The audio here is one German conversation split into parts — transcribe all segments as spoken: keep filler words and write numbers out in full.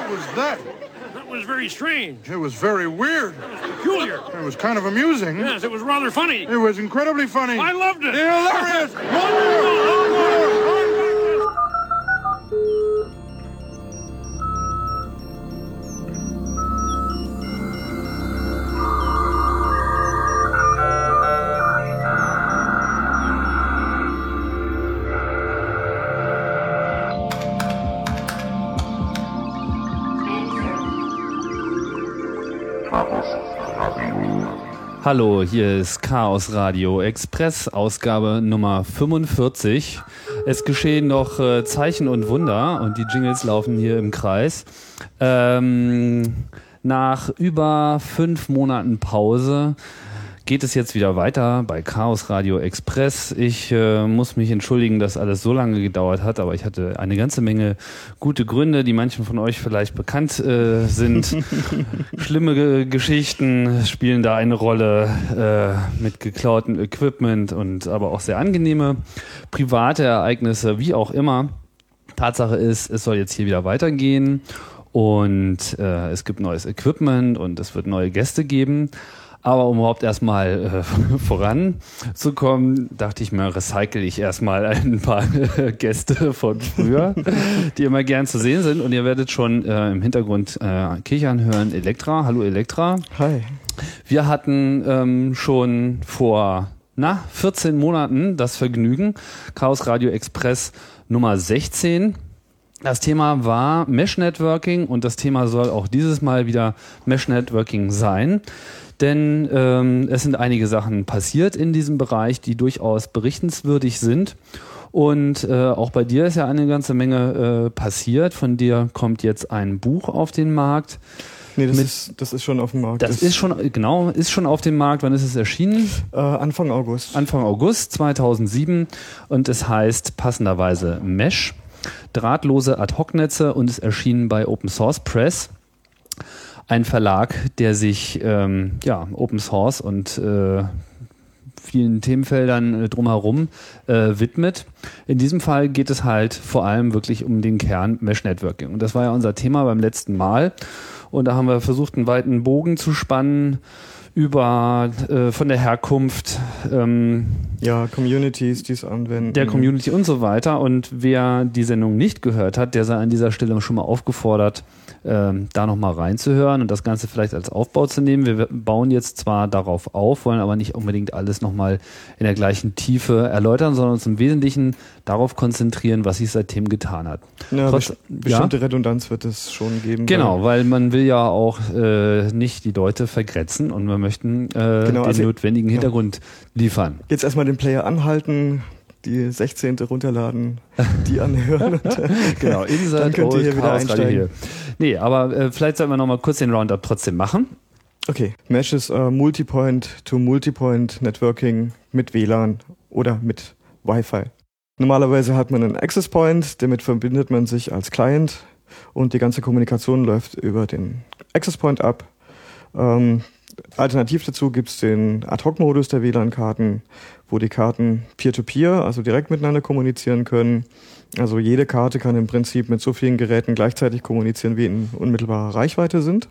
was that? That was very strange. It was very weird. It was peculiar. It was kind of amusing. Yes, it was rather funny. It was incredibly funny. I loved it. Hilarious. Hallo, hier ist Chaos Radio Express, Ausgabe Nummer fünfundvierzig. Es geschehen noch äh, Zeichen und Wunder und die Jingles laufen hier im Kreis. Ähm, nach über fünf Monaten Pause geht es jetzt wieder weiter bei Chaos Radio Express. Ich äh, muss mich entschuldigen, dass alles so lange gedauert hat, aber ich hatte eine ganze Menge gute Gründe, die manchen von euch vielleicht bekannt äh, sind. Schlimme Ge- Geschichten spielen da eine Rolle äh, mit geklautem Equipment und aber auch sehr angenehme private Ereignisse, wie auch immer. Tatsache ist, es soll jetzt hier wieder weitergehen und äh, es gibt neues Equipment und es wird neue Gäste geben. Aber um überhaupt erstmal äh, voranzukommen, dachte ich mir, recycle ich erstmal ein paar äh, Gäste von früher, die immer gern zu sehen sind. Und ihr werdet schon äh, im Hintergrund äh, kichern hören. Elektra, hallo Elektra. Hi. Wir hatten ähm, schon vor na, vierzehn Monaten das Vergnügen, Chaos Radio Express Nummer sechzehn. Das Thema war Mesh Networking und das Thema soll auch dieses Mal wieder Mesh Networking sein. Denn ähm, es sind einige Sachen passiert in diesem Bereich, die durchaus berichtenswürdig sind. Und äh, auch bei dir ist ja eine ganze Menge äh, passiert. Von dir kommt jetzt ein Buch auf den Markt. Nee, das, Mit, ist, das ist schon auf dem Markt. Das, das ist schon, genau, ist schon auf dem Markt. Wann ist es erschienen? Äh, Anfang August. Anfang August zweitausendsieben. Und es heißt passenderweise Mesh, drahtlose Ad-Hoc-Netze und ist erschienen bei Open Source Press. Ein Verlag, der sich ähm, ja, Open Source und äh, vielen Themenfeldern äh, drumherum äh, widmet. In diesem Fall geht es halt vor allem wirklich um den Kern Mesh Networking. Und das war ja unser Thema beim letzten Mal. Und da haben wir versucht, einen weiten Bogen zu spannen über äh, von der Herkunft ähm, ja, Communities, die es anwenden. Der Community und so weiter. Und wer die Sendung nicht gehört hat, der sei an dieser Stelle schon mal aufgefordert, ähm, da nochmal reinzuhören und das Ganze vielleicht als Aufbau zu nehmen. Wir bauen jetzt zwar darauf auf, wollen aber nicht unbedingt alles nochmal in der gleichen Tiefe erläutern, sondern uns im Wesentlichen darauf konzentrieren, was sich seitdem getan hat. Ja, Trotz, bestimmte ja? Redundanz wird es schon geben. Genau, weil man will ja auch äh, nicht die Leute vergrätzen und wir möchten äh, genau, den also, notwendigen Hintergrund ja. liefern. Jetzt erstmal den Player anhalten, die sechzehnte runterladen, die anhören. Und, genau, Insert, dann könnt ihr hier wieder einsteigen. Hier. Nee, aber äh, vielleicht sollten wir nochmal kurz den Roundup trotzdem machen. Okay, Mesh ist äh, Multipoint-to-Multipoint-Networking mit W L A N oder mit Wi-Fi. Normalerweise hat man einen Access Point, damit verbindet man sich als Client und die ganze Kommunikation läuft über den Access Point ab. Ähm, Alternativ dazu gibt es den Ad-Hoc-Modus der W L A N-Karten, wo die Karten Peer-to-Peer, also direkt miteinander kommunizieren können. Also jede Karte kann im Prinzip mit so vielen Geräten gleichzeitig kommunizieren, wie in unmittelbarer Reichweite sind.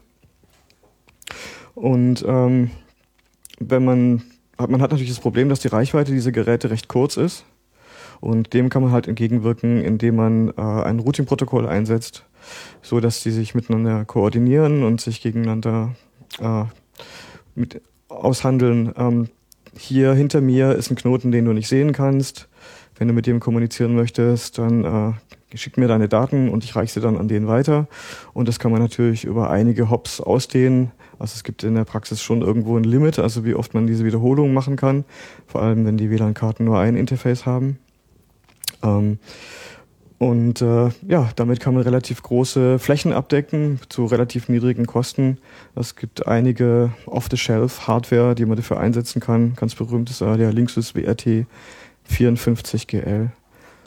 Und ähm, wenn man, man hat natürlich das Problem, dass die Reichweite dieser Geräte recht kurz ist. Und dem kann man halt entgegenwirken, indem man äh, ein Routing-Protokoll einsetzt, so dass die sich miteinander koordinieren und sich gegeneinander äh, mit aushandeln. Ähm, hier hinter mir ist ein Knoten, den du nicht sehen kannst. Wenn du mit dem kommunizieren möchtest, dann äh, schick mir deine Daten und ich reiche sie dann an den weiter. Und das kann man natürlich über einige Hops ausdehnen. Also es gibt in der Praxis schon irgendwo ein Limit, also wie oft man diese Wiederholungen machen kann. Vor allem, wenn die W L A N-Karten nur ein Interface haben. Ähm, Und äh, ja, damit kann man relativ große Flächen abdecken zu relativ niedrigen Kosten. Es gibt einige Off-the-Shelf-Hardware, die man dafür einsetzen kann. Ganz berühmt ist äh, der Linksys W R T vierundfünfzig G L.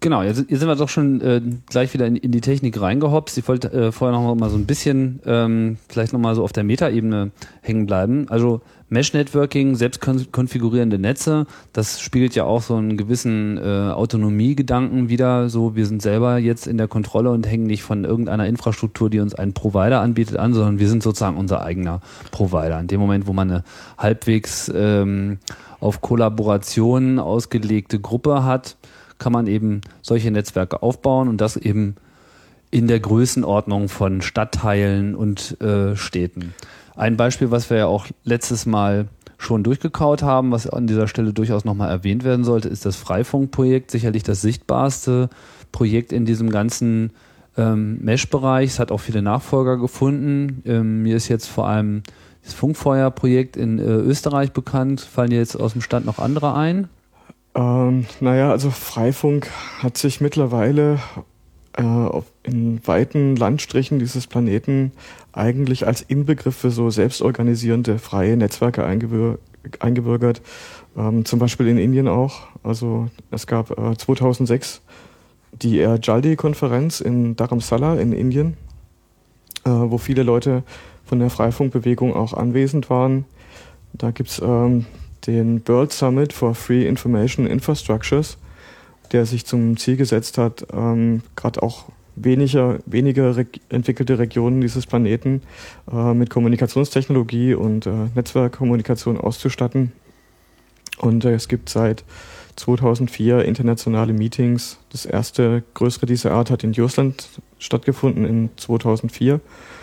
Genau, jetzt, jetzt sind wir doch schon äh, gleich wieder in, in die Technik reingehopst. Ich wollte äh, vorher noch mal so ein bisschen ähm, vielleicht noch mal so auf der Metaebene hängen bleiben. Also Mesh-Networking, selbst kon- konfigurierende Netze, das spiegelt ja auch so einen gewissen äh, Autonomiegedanken wieder. So, wir sind selber jetzt in der Kontrolle und hängen nicht von irgendeiner Infrastruktur, die uns ein Provider anbietet, an, sondern wir sind sozusagen unser eigener Provider. In dem Moment, wo man eine halbwegs ähm, auf Kollaboration ausgelegte Gruppe hat, kann man eben solche Netzwerke aufbauen und das eben in der Größenordnung von Stadtteilen und äh, Städten. Ein Beispiel, was wir ja auch letztes Mal schon durchgekaut haben, was an dieser Stelle durchaus nochmal erwähnt werden sollte, ist das Freifunk-Projekt, sicherlich das sichtbarste Projekt in diesem ganzen ähm, Mesh-Bereich. Es hat auch viele Nachfolger gefunden. Ähm, mir ist jetzt vor allem das Funkfeuer-Projekt in äh, Österreich bekannt. Fallen dir jetzt aus dem Stand noch andere ein? Ähm, naja, also Freifunk hat sich mittlerweile äh, auf, in weiten Landstrichen dieses Planeten eigentlich als Inbegriff für so selbstorganisierende freie Netzwerke eingebür- eingebürgert. Ähm, zum Beispiel in Indien auch. Also es gab äh, zweitausendsechs die Air Jaldi-Konferenz in Dharamsala in Indien, äh, wo viele Leute von der Freifunkbewegung auch anwesend waren. Da gibt's ähm, den World Summit for Free Information Infrastructures, der sich zum Ziel gesetzt hat, ähm, gerade auch weniger, weniger reg- entwickelte Regionen dieses Planeten äh, mit Kommunikationstechnologie und äh, Netzwerkkommunikation auszustatten. Und äh, es gibt seit zweitausendvier internationale Meetings. Das erste größere dieser Art hat in Jusland stattgefunden in zweitausendvier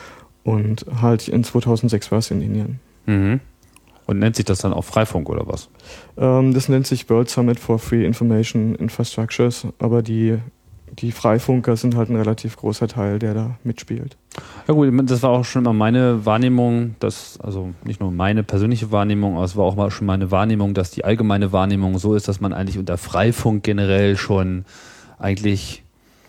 und halt in zweitausendsechs war es in Indien. Mhm. Und nennt sich das dann auch Freifunk oder was? Ähm, das nennt sich World Summit for Free Information Infrastructures, aber die, die Freifunker sind halt ein relativ großer Teil, der da mitspielt. Ja gut, das war auch schon immer meine Wahrnehmung, dass, also nicht nur meine persönliche Wahrnehmung, aber es war auch mal schon meine Wahrnehmung, dass die allgemeine Wahrnehmung so ist, dass man eigentlich unter Freifunk generell schon eigentlich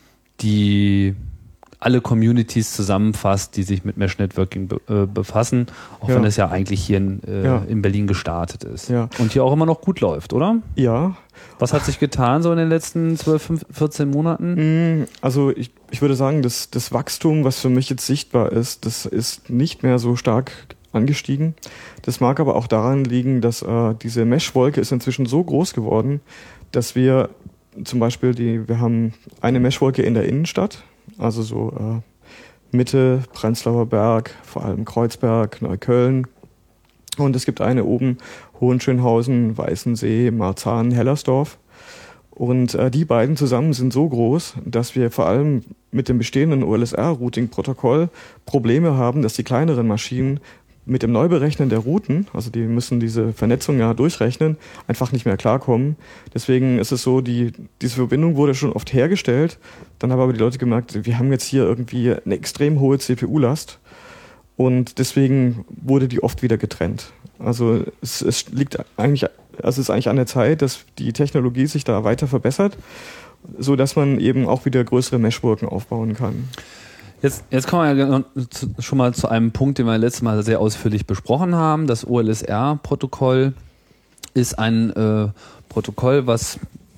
die alle Communities zusammenfasst, die sich mit Mesh Networking be- äh, befassen, auch Ja. wenn es ja eigentlich hier in, äh, Ja. in Berlin gestartet ist. Ja. Und hier auch immer noch gut läuft, oder? Ja. Was hat sich getan so in den letzten zwölf, vierzehn Monaten? Mm, Also ich, ich würde sagen, das, das Wachstum, was für mich jetzt sichtbar ist, das ist nicht mehr so stark angestiegen. Das mag aber auch daran liegen, dass äh, diese Mesh-Wolke ist inzwischen so groß geworden, dass wir zum Beispiel die, wir haben eine Mesh-Wolke in der Innenstadt, also so äh, Mitte, Prenzlauer Berg, vor allem Kreuzberg, Neukölln. Und es gibt eine oben, Hohenschönhausen, Weißensee, Marzahn, Hellersdorf. Und äh, die beiden zusammen sind so groß, dass wir vor allem mit dem bestehenden O L S R-Routing-Protokoll Probleme haben, dass die kleineren Maschinen mit dem Neuberechnen der Routen, also die müssen diese Vernetzung ja durchrechnen, einfach nicht mehr klarkommen. Deswegen ist es so, die, diese Verbindung wurde schon oft hergestellt. Dann haben aber die Leute gemerkt, wir haben jetzt hier irgendwie eine extrem hohe C P U-Last. Und deswegen wurde die oft wieder getrennt. Also es, es liegt eigentlich, also es ist eigentlich an der Zeit, dass die Technologie sich da weiter verbessert, so dass man eben auch wieder größere Meshwolken aufbauen kann. Jetzt, jetzt kommen wir ja schon mal zu einem Punkt, den wir letztes Mal sehr ausführlich besprochen haben. Das O L S R-Protokoll ist ein äh, Protokoll, was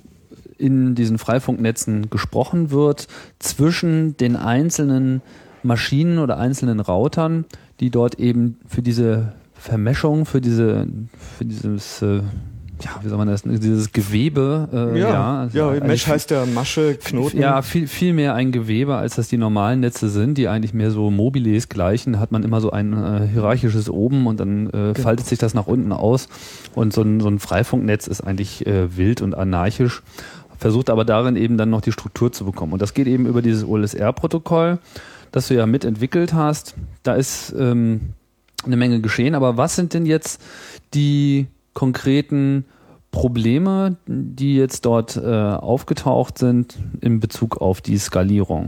in diesen Freifunknetzen gesprochen wird zwischen den einzelnen Maschinen oder einzelnen Routern, die dort eben für diese Vermischung, für diese, für dieses, äh, ja, wie soll man das, dieses Gewebe, äh, ja, ja, also ja eigentlich Mesh heißt ja Masche, Knoten. Ja, viel, viel mehr ein Gewebe, als das die normalen Netze sind, die eigentlich mehr so Mobiles gleichen. Hat man immer so ein äh, hierarchisches oben und dann äh, faltet sich das nach unten aus. Und so ein, so ein Freifunknetz ist eigentlich äh, wild und anarchisch, versucht aber darin eben dann noch die Struktur zu bekommen. Und das geht eben über dieses O L S R-Protokoll, das du ja mitentwickelt hast. Da ist ähm, eine Menge geschehen. Aber was sind denn jetzt die konkreten Probleme, die jetzt dort äh, aufgetaucht sind in Bezug auf die Skalierung?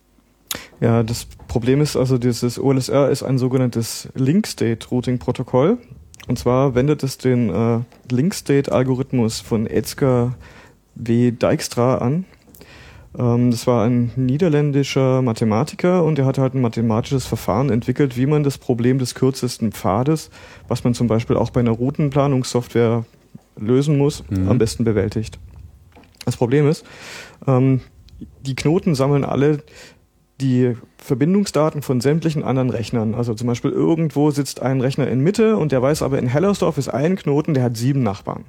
Ja, das Problem ist also, dieses O L S R ist ein sogenanntes Link-State-Routing-Protokoll. Und zwar wendet es den äh, Link-State-Algorithmus von Edsger W. Dijkstra an. Ähm, das war ein niederländischer Mathematiker und er hat halt ein mathematisches Verfahren entwickelt, wie man das Problem des kürzesten Pfades, was man zum Beispiel auch bei einer Routenplanungssoftware lösen muss, mhm. am besten bewältigt. Das Problem ist, ähm, die Knoten sammeln alle die Verbindungsdaten von sämtlichen anderen Rechnern. Also zum Beispiel irgendwo sitzt ein Rechner in Mitte und der weiß aber, in Hellersdorf ist ein Knoten, der hat sieben Nachbarn.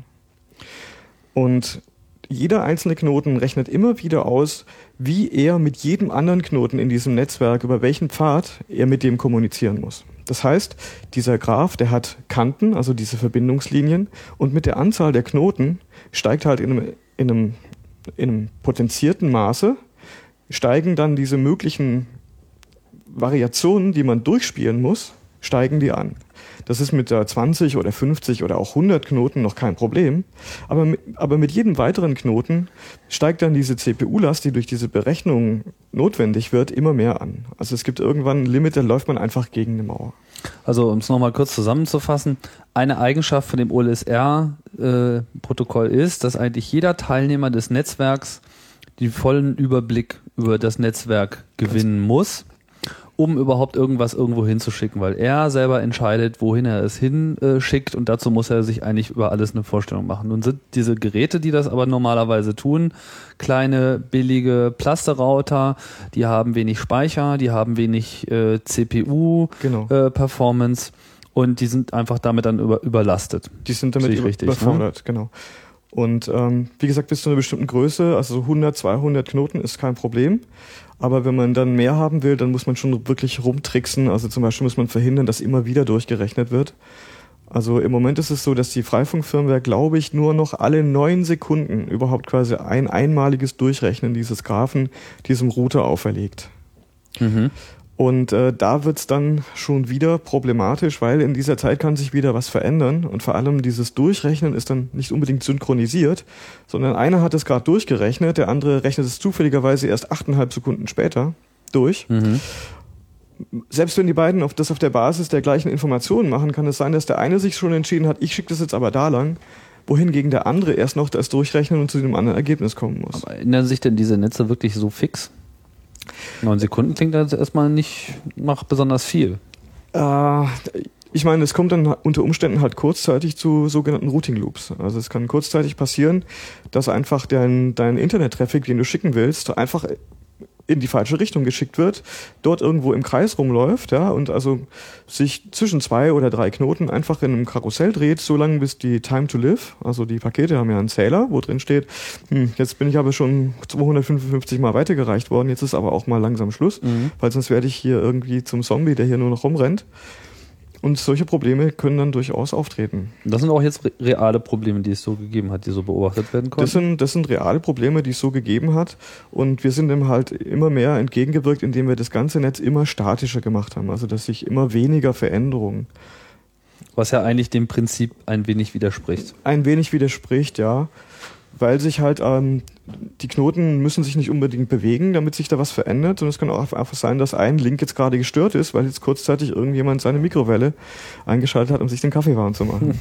Und jeder einzelne Knoten rechnet immer wieder aus, wie er mit jedem anderen Knoten in diesem Netzwerk, über welchen Pfad er mit dem kommunizieren muss. Das heißt, dieser Graph, der hat Kanten, also diese Verbindungslinien, und mit der Anzahl der Knoten steigt halt in einem, in einem, in einem potenzierten Maße, steigen dann diese möglichen Variationen, die man durchspielen muss, steigen die an. Das ist mit der zwanzig oder fünfzig oder auch hundert Knoten noch kein Problem. Aber mit, aber mit jedem weiteren Knoten steigt dann diese C P U-Last, die durch diese Berechnung notwendig wird, immer mehr an. Also es gibt irgendwann ein Limit, da läuft man einfach gegen eine Mauer. Also um es nochmal kurz zusammenzufassen, eine Eigenschaft von dem O L S R-Protokoll äh, ist, dass eigentlich jeder Teilnehmer des Netzwerks den vollen Überblick über das Netzwerk gewinnen muss, um überhaupt irgendwas irgendwo hinzuschicken, weil er selber entscheidet, wohin er es hinschickt, und dazu muss er sich eigentlich über alles eine Vorstellung machen. Nun sind diese Geräte, die das aber normalerweise tun, kleine, billige Plasterrouter, die haben wenig Speicher, die haben wenig äh, C P U-Performance, genau. äh, und die sind einfach damit dann über, überlastet. Die sind damit über, richtig, überfordert, ne? Genau. Und ähm, wie gesagt, bis zu einer bestimmten Größe, also so hundert, zweihundert Knoten ist kein Problem. Aber wenn man dann mehr haben will, dann muss man schon wirklich rumtricksen. Also zum Beispiel muss man verhindern, dass immer wieder durchgerechnet wird. Also im Moment ist es so, dass die Freifunkfirmware, glaube ich, nur noch alle neun Sekunden überhaupt quasi ein einmaliges Durchrechnen dieses Graphen diesem Router auferlegt. Mhm. Und äh, da wird's dann schon wieder problematisch, weil in dieser Zeit kann sich wieder was verändern. Und vor allem dieses Durchrechnen ist dann nicht unbedingt synchronisiert, sondern einer hat es gerade durchgerechnet, der andere rechnet es zufälligerweise erst achteinhalb Sekunden später durch. Mhm. Selbst wenn die beiden auf das auf der Basis der gleichen Informationen machen, kann es sein, dass der eine sich schon entschieden hat, ich schicke das jetzt aber da lang, wohingegen der andere erst noch das durchrechnen und zu dem anderen Ergebnis kommen muss. Aber ändern sich denn diese Netze wirklich so fix? Neun Sekunden klingt jetzt erstmal nicht nach besonders viel. Äh, ich meine, es kommt dann unter Umständen halt kurzzeitig zu sogenannten Routing Loops. Also es kann kurzzeitig passieren, dass einfach dein, dein Internet-Traffic, den du schicken willst, einfach in die falsche Richtung geschickt wird, dort irgendwo im Kreis rumläuft, ja, und also sich zwischen zwei oder drei Knoten einfach in einem Karussell dreht, so lange bis die Time to Live, also die Pakete haben ja einen Zähler, wo drin steht, hm, jetzt bin ich aber schon zweihundertfünfundfünfzig Mal weitergereicht worden, jetzt ist aber auch mal langsam Schluss, mhm. weil sonst werde ich hier irgendwie zum Zombie, der hier nur noch rumrennt. Und solche Probleme können dann durchaus auftreten. Das sind auch jetzt reale Probleme, die es so gegeben hat, die so beobachtet werden konnten? Das sind, das sind reale Probleme, die es so gegeben hat. Und wir sind dem halt immer mehr entgegengewirkt, indem wir das ganze Netz immer statischer gemacht haben. Also dass sich immer weniger Veränderungen. Was ja eigentlich dem Prinzip ein wenig widerspricht. Ein wenig widerspricht, ja. Weil sich halt, ähm, die Knoten müssen sich nicht unbedingt bewegen, damit sich da was verändert. Und es kann auch einfach sein, dass ein Link jetzt gerade gestört ist, weil jetzt kurzzeitig irgendjemand seine Mikrowelle eingeschaltet hat, um sich den Kaffee warm zu machen.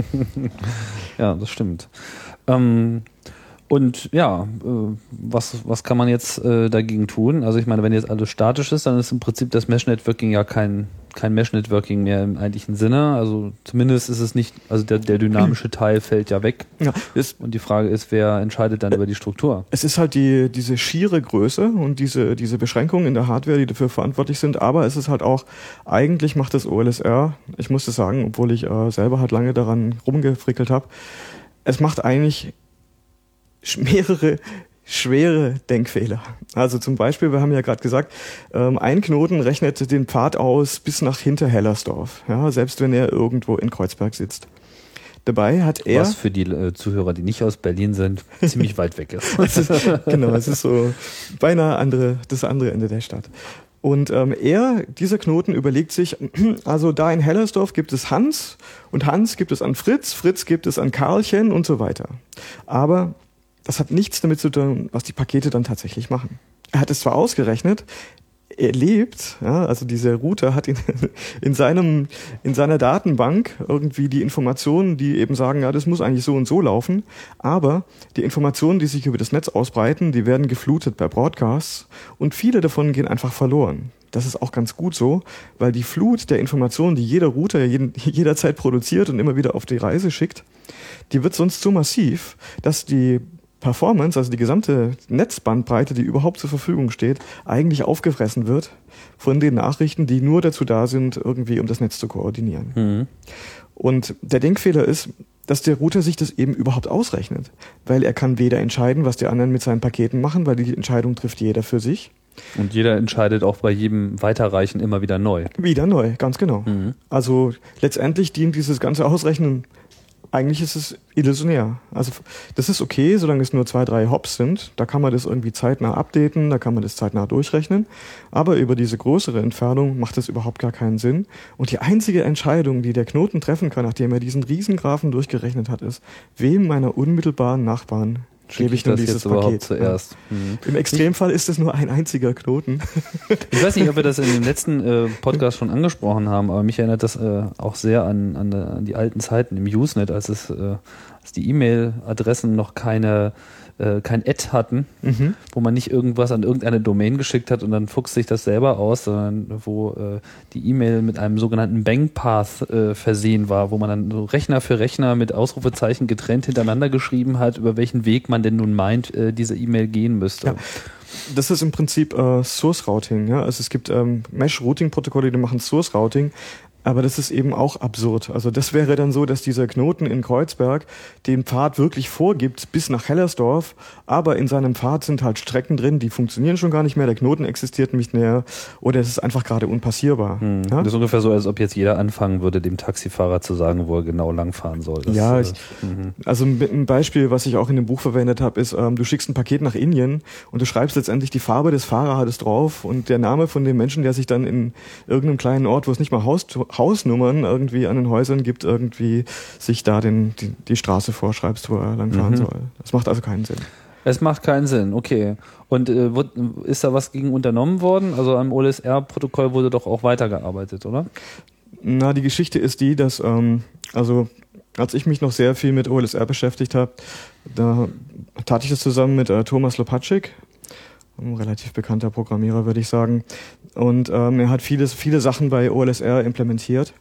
Ja, das stimmt. Ähm, und ja, äh, was, was kann man jetzt äh, dagegen tun? Also ich meine, wenn jetzt alles statisch ist, dann ist im Prinzip das Mesh-Networking ja kein, kein Mesh-Networking mehr im eigentlichen Sinne. Also zumindest ist es nicht, also der, der dynamische Teil fällt ja weg. Ja, ist, und die Frage ist, wer entscheidet dann äh, über die Struktur? Es ist halt die, diese schiere Größe und diese, diese Beschränkungen in der Hardware, die dafür verantwortlich sind. Aber es ist halt auch, eigentlich macht das O L S R, ich muss das sagen, obwohl ich äh, selber halt lange daran rumgefrickelt habe, es macht eigentlich mehrere schwere Denkfehler. Also zum Beispiel, wir haben ja gerade gesagt, ähm, ein Knoten rechnet den Pfad aus bis nach hinter Hellersdorf, ja, selbst wenn er irgendwo in Kreuzberg sitzt. Dabei hat er... Was für die äh, Zuhörer, die nicht aus Berlin sind, ziemlich weit weg ist. es ist. Genau, es ist so beinahe andere, das andere Ende der Stadt. Und ähm, er, dieser Knoten, überlegt sich, also da in Hellersdorf gibt es Hans und Hans gibt es an Fritz, Fritz gibt es an Karlchen und so weiter. Aber das hat nichts damit zu tun, was die Pakete dann tatsächlich machen. Er hat es zwar ausgerechnet, er lebt, ja, also dieser Router hat in, in seinem, in seiner Datenbank irgendwie die Informationen, die eben sagen, ja, das muss eigentlich so und so laufen, aber die Informationen, die sich über das Netz ausbreiten, die werden geflutet per Broadcasts und viele davon gehen einfach verloren. Das ist auch ganz gut so, weil die Flut der Informationen, die jeder Router jeden, jederzeit produziert und immer wieder auf die Reise schickt, die wird sonst so massiv, dass die Performance, also die gesamte Netzbandbreite, die überhaupt zur Verfügung steht, eigentlich aufgefressen wird von den Nachrichten, die nur dazu da sind, irgendwie um das Netz zu koordinieren. Mhm. Und der Denkfehler ist, dass der Router sich das eben überhaupt ausrechnet, weil er kann weder entscheiden, was die anderen mit seinen Paketen machen, weil die Entscheidung trifft jeder für sich. Und jeder entscheidet auch bei jedem Weiterreichen immer wieder neu. Wieder neu, ganz genau. Mhm. Also letztendlich dient dieses ganze Ausrechnen, eigentlich ist es illusionär. Also das ist okay, solange es nur zwei, drei Hops sind. Da kann man das irgendwie zeitnah updaten, da kann man das zeitnah durchrechnen. Aber über diese größere Entfernung macht das überhaupt gar keinen Sinn. Und die einzige Entscheidung, die der Knoten treffen kann, nachdem er diesen Riesengraphen durchgerechnet hat, ist, wem meiner unmittelbaren Nachbarn gebe ich nun das dieses jetzt überhaupt Paket. zuerst. Ja. Mhm. Im Extremfall ist es nur ein einziger Knoten. Ich weiß nicht, ob wir das in dem letzten äh, Podcast schon angesprochen haben, aber mich erinnert das äh, auch sehr an, an, an die alten Zeiten im Usenet, als es äh, als die E-Mail-Adressen noch keine äh, kein Ad hatten, Mhm. wo man nicht irgendwas an irgendeine Domain geschickt hat und dann fuchst sich das selber aus, sondern wo äh, die E-Mail mit einem sogenannten Bankpath äh, versehen war, wo man dann so Rechner für Rechner mit Ausrufezeichen getrennt hintereinander geschrieben hat, über welchen Weg man denn nun meint, äh, diese E-Mail gehen müsste. Ja. Das ist im Prinzip äh, Source Routing. Ja? Also es gibt ähm, Mesh-Routing-Protokolle, die machen Source Routing. Aber das ist eben auch absurd. Also das wäre dann so, dass dieser Knoten in Kreuzberg den Pfad wirklich vorgibt bis nach Hellersdorf, aber in seinem Pfad sind halt Strecken drin, die funktionieren schon gar nicht mehr, der Knoten existiert nicht mehr oder es ist einfach gerade unpassierbar. Hm. Ja? Das ist ungefähr so, als ob jetzt jeder anfangen würde, dem Taxifahrer zu sagen, wo er genau langfahren soll. Das, ja, äh, ich, mhm. also ein Beispiel, was ich auch in dem Buch verwendet habe, ist, ähm, du schickst ein Paket nach Indien und du schreibst letztendlich die Farbe des Fahrrades drauf und der Name von dem Menschen, der sich dann in irgendeinem kleinen Ort, wo es nicht mal Haus, Hausnummern irgendwie an den Häusern gibt, irgendwie sich da den, die, die Straße vorschreibst, wo er langfahren Mhm. soll. Das macht also keinen Sinn. Es macht keinen Sinn, okay. Und äh, wird, ist da was gegen unternommen worden? Also am O L S R-Protokoll wurde doch auch weitergearbeitet, oder? Na, die Geschichte ist die, dass, ähm, also als ich mich noch sehr viel mit O L S R beschäftigt habe, da tat ich das zusammen mit äh, Thomas Lopatschik, ein relativ bekannter Programmierer, würde ich sagen. Und ähm, er hat vieles, viele Sachen bei O L S R implementiert.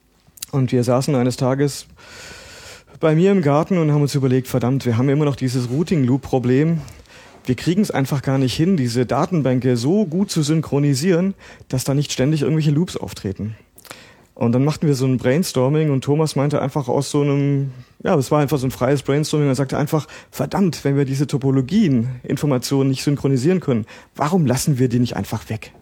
Und wir saßen eines Tages bei mir im Garten und haben uns überlegt, verdammt, wir haben immer noch dieses Routing-Loop-Problem. Wir kriegen es einfach gar nicht hin, diese Datenbänke so gut zu synchronisieren, dass da nicht ständig irgendwelche Loops auftreten. Und dann machten wir so ein Brainstorming und Thomas meinte einfach aus so einem, ja, es war einfach so ein freies Brainstorming, er sagte einfach, verdammt, wenn wir diese Topologien, Informationen nicht synchronisieren können, warum lassen wir die nicht einfach weg?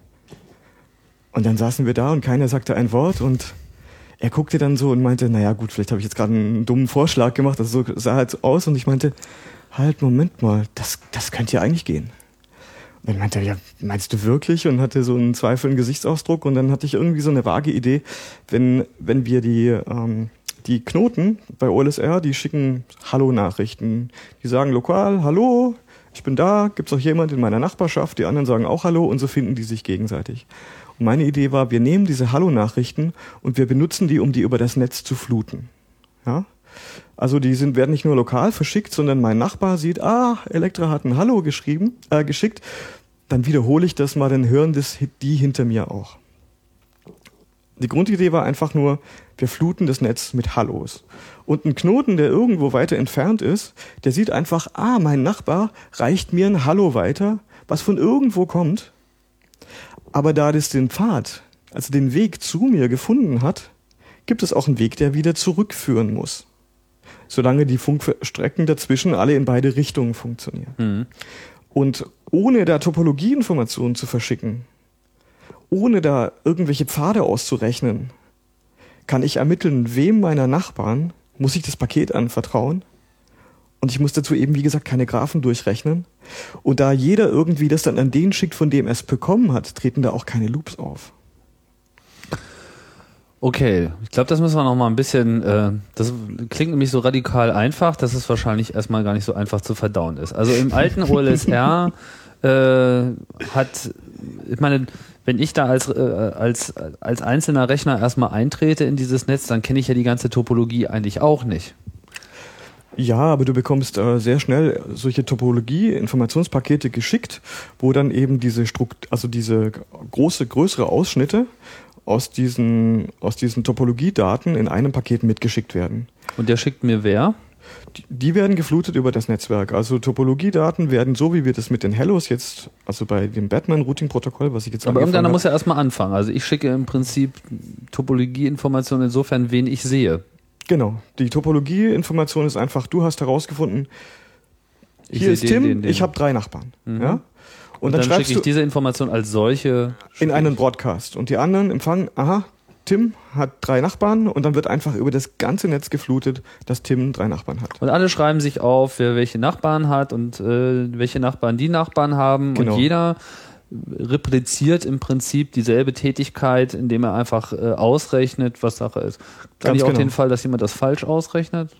Und dann saßen wir da und keiner sagte ein Wort und er guckte dann so und meinte, naja gut, vielleicht habe ich jetzt gerade einen dummen Vorschlag gemacht, also so sah halt so aus und ich meinte, halt, Moment mal, das, das könnte ja eigentlich gehen. Und dann meinte er, ja, meinst du wirklich? Und hatte so einen zweifelnden Gesichtsausdruck und dann hatte ich irgendwie so eine vage Idee, wenn, wenn wir die, ähm, die Knoten bei O L S R, die schicken Hallo-Nachrichten. Die sagen lokal, hallo, ich bin da, gibt's auch jemand in meiner Nachbarschaft, die anderen sagen auch hallo und so finden die sich gegenseitig. Und meine Idee war, wir nehmen diese Hallo-Nachrichten und wir benutzen die, um die über das Netz zu fluten. Ja? Also die sind, werden nicht nur lokal verschickt, sondern mein Nachbar sieht, ah, Elektra hat ein Hallo geschrieben, äh, geschickt, dann wiederhole ich das mal, dann hören das die hinter mir auch. Die Grundidee war einfach nur, wir fluten das Netz mit Hallos. Und ein Knoten, der irgendwo weiter entfernt ist, der sieht einfach, ah, mein Nachbar reicht mir ein Hallo weiter, was von irgendwo kommt. Aber da das den Pfad, also den Weg zu mir gefunden hat, gibt es auch einen Weg, der wieder zurückführen muss. Solange die Funkstrecken dazwischen alle in beide Richtungen funktionieren. Mhm. Und ohne da Topologieinformationen zu verschicken, ohne da irgendwelche Pfade auszurechnen, kann ich ermitteln, wem meiner Nachbarn muss ich das Paket anvertrauen. Und ich muss dazu eben, wie gesagt, keine Graphen durchrechnen. Und da jeder irgendwie das dann an den schickt, von dem er es bekommen hat, treten da auch keine Loops auf. Okay, ich glaube, das müssen wir noch mal ein bisschen, äh, das klingt nämlich so radikal einfach, dass es wahrscheinlich erstmal gar nicht so einfach zu verdauen ist. Also im alten O L S R äh, hat, ich meine, wenn ich da als, äh, als, als einzelner Rechner erstmal eintrete in dieses Netz, dann kenne ich ja die ganze Topologie eigentlich auch nicht. Ja, aber du bekommst äh, sehr schnell solche Topologie-Informationspakete geschickt, wo dann eben diese Strukt, also diese große, größere Ausschnitte aus diesen, aus diesen Topologiedaten in einem Paket mitgeschickt werden. Und der schickt mir wer? Die, die werden geflutet über das Netzwerk. Also Topologiedaten werden so, wie wir das mit den Hellos jetzt, also bei dem Batman-Routing-Protokoll, was ich jetzt Aber irgendeiner habe, muss ja erstmal anfangen. Also ich schicke im Prinzip Topologieinformationen insofern, wen ich sehe. Genau. Die Topologieinformation ist einfach, du hast herausgefunden, Ich hier sehe ist den, Tim, den, den. ich habe drei Nachbarn. Mhm. Ja? Und, Und dann, dann schreibst schicke ich du diese Information als solche in einen Broadcast. Und die anderen empfangen, aha, Tim hat drei Nachbarn und dann wird einfach über das ganze Netz geflutet, dass Tim drei Nachbarn hat. Und alle schreiben sich auf, wer welche Nachbarn hat und äh, welche Nachbarn die Nachbarn haben. Genau. Und jeder repliziert im Prinzip dieselbe Tätigkeit, indem er einfach äh, ausrechnet, was Sache ist. Kann Ganz ich auch genau. den Fall, dass jemand das falsch ausrechnet?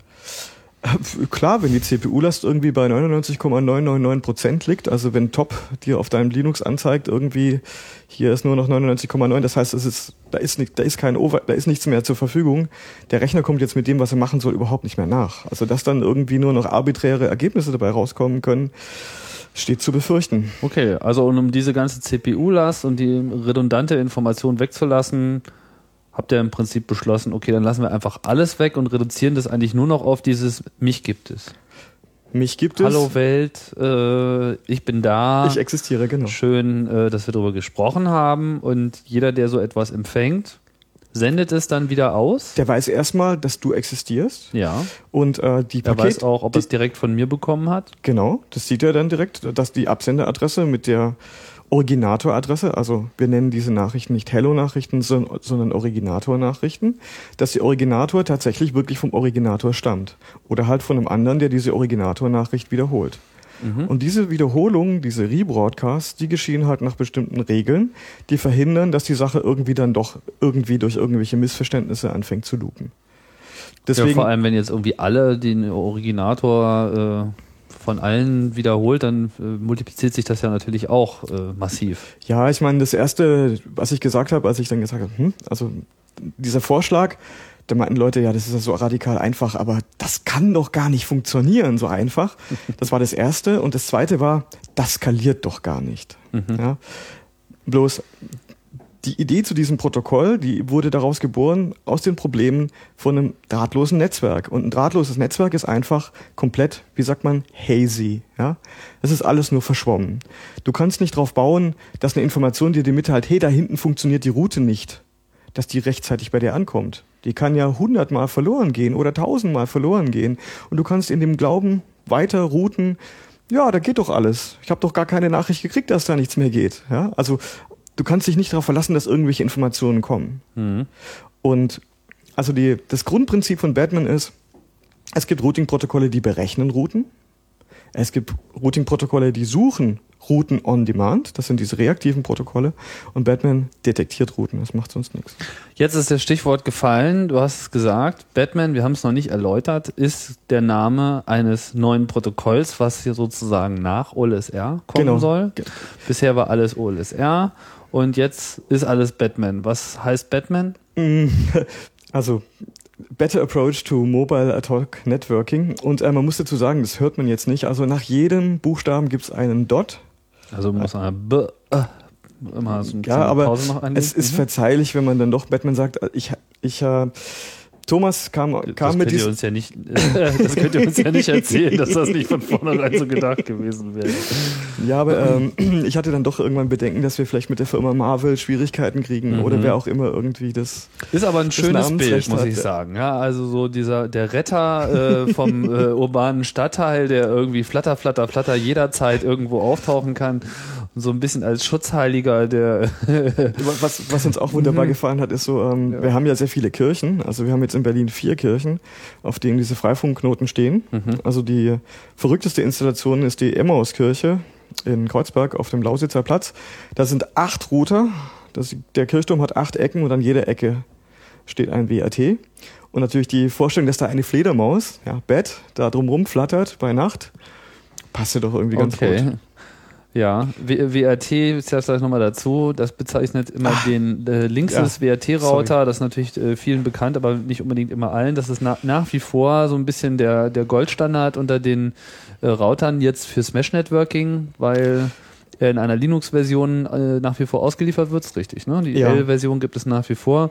Klar, wenn die C P U-Last irgendwie bei neunundneunzig Komma neunhundertneunundneunzig Prozent liegt, also wenn Top dir auf deinem Linux anzeigt, irgendwie hier ist nur noch neunundneunzig Komma neun, das heißt, es ist, da ist nicht, da ist kein Over, da ist nichts mehr zur Verfügung. Der Rechner kommt jetzt mit dem, was er machen soll, überhaupt nicht mehr nach. Also dass dann irgendwie nur noch arbiträre Ergebnisse dabei rauskommen können, steht zu befürchten. Okay, also um diese ganze C P U-Last und die redundante Information wegzulassen, habt ihr im Prinzip beschlossen, okay, dann lassen wir einfach alles weg und reduzieren das eigentlich nur noch auf dieses mich gibt es. Mich gibt es. Hallo Welt, äh, ich bin da. Ich existiere, genau. Schön, äh, dass wir darüber gesprochen haben und jeder, der so etwas empfängt, sendet es dann wieder aus. Der weiß erstmal, dass du existierst. Ja. Und äh, die Er Paket, weiß auch, ob er es direkt von mir bekommen hat. Genau, das sieht er dann direkt, dass die Absenderadresse mit der Originator-Adresse, also wir nennen diese Nachrichten nicht Hello-Nachrichten, sondern Originator-Nachrichten, dass der Originator tatsächlich wirklich vom Originator stammt. Oder halt von einem anderen, der diese Originator-Nachricht wiederholt. Mhm. Und diese Wiederholungen, diese Rebroadcasts, die geschehen halt nach bestimmten Regeln, die verhindern, dass die Sache irgendwie dann doch irgendwie durch irgendwelche Missverständnisse anfängt zu loopen. Deswegen, ja, vor allem, wenn jetzt irgendwie alle den Originator äh, von allen wiederholt, dann äh, multipliziert sich das ja natürlich auch äh, massiv. Ja, ich meine, das Erste, was ich gesagt habe, als ich dann gesagt habe, hm, also dieser Vorschlag, da meinten Leute, ja, das ist ja so radikal einfach, aber das kann doch gar nicht funktionieren, so einfach. Das war das Erste. Und das Zweite war, das skaliert doch gar nicht. Mhm. Ja? Bloß die Idee zu diesem Protokoll, die wurde daraus geboren, aus den Problemen von einem drahtlosen Netzwerk. Und ein drahtloses Netzwerk ist einfach komplett, wie sagt man, hazy. Ja? Das ist alles nur verschwommen. Du kannst nicht darauf bauen, dass eine Information dir dir mitteilt, hey, da hinten funktioniert die Route nicht, dass die rechtzeitig bei dir ankommt. Die kann ja hundertmal verloren gehen oder tausendmal verloren gehen. Und du kannst in dem Glauben weiter routen, ja, da geht doch alles. Ich habe doch gar keine Nachricht gekriegt, dass da nichts mehr geht. Ja? Also du kannst dich nicht darauf verlassen, dass irgendwelche Informationen kommen. Mhm. Und also die, das Grundprinzip von Batman ist, es gibt Routing-Protokolle, die berechnen Routen. Es gibt Routing-Protokolle, die suchen Routen on Demand. Das sind diese reaktiven Protokolle. Und Batman detektiert Routen. Das macht sonst nichts. Jetzt ist das Stichwort gefallen. Du hast es gesagt. Batman, wir haben es noch nicht erläutert, ist der Name eines neuen Protokolls, was hier sozusagen nach O L S R kommen genau. soll. Bisher war alles O L S R. Und jetzt ist alles Batman. Was heißt Batman? Also Better Approach to Mobile Ad Hoc Networking. Und äh, man muss dazu sagen, das hört man jetzt nicht. Also nach jedem Buchstaben gibt es einen Dot. Also muss man B, äh, immer so ein ja, aber Pause noch einlegen. Es ist mhm. verzeihlich, wenn man dann doch Batman sagt. Ich, ich äh, Thomas kam, kam das mit diesem... Ja nicht, äh, das könnt ihr uns ja nicht erzählen, dass das nicht von vornherein so gedacht gewesen wäre. Ja, aber ähm, ich hatte dann doch irgendwann Bedenken, dass wir vielleicht mit der Firma Marvel Schwierigkeiten kriegen mhm. oder wer auch immer irgendwie das ist aber ein schönes Bild, muss ich hat. sagen. Ja, also so dieser der Retter äh, vom äh, urbanen Stadtteil, der irgendwie flatter, flatter, flatter jederzeit irgendwo auftauchen kann. Und so ein bisschen als Schutzheiliger, der was, was uns auch wunderbar mhm. gefallen hat, ist so, ähm, ja. wir haben ja sehr viele Kirchen. Also wir haben jetzt in Berlin vier Kirchen, auf denen diese Freifunkknoten stehen. Mhm. Also die verrückteste Installation ist die Emmauskirche in Kreuzberg auf dem Lausitzer Platz. Da sind acht Router. Das, der Kirchturm hat acht Ecken und an jeder Ecke steht ein W R T. Und natürlich die Vorstellung, dass da eine Fledermaus, ja, Bett, da drumrum flattert bei Nacht, passt ja doch irgendwie ganz okay. gut. Ja, W R T, ich sage nochmal dazu, das bezeichnet immer Ach, den äh, links ja, des W R T-Router, sorry. Das ist natürlich äh, vielen bekannt, aber nicht unbedingt immer allen. Das ist na, nach wie vor so ein bisschen der, der Goldstandard unter den äh, Routern jetzt fürs Mesh-Networking, weil er in einer Linux-Version äh, nach wie vor ausgeliefert wird, ist richtig, ne? Die ja. L-Version gibt es nach wie vor.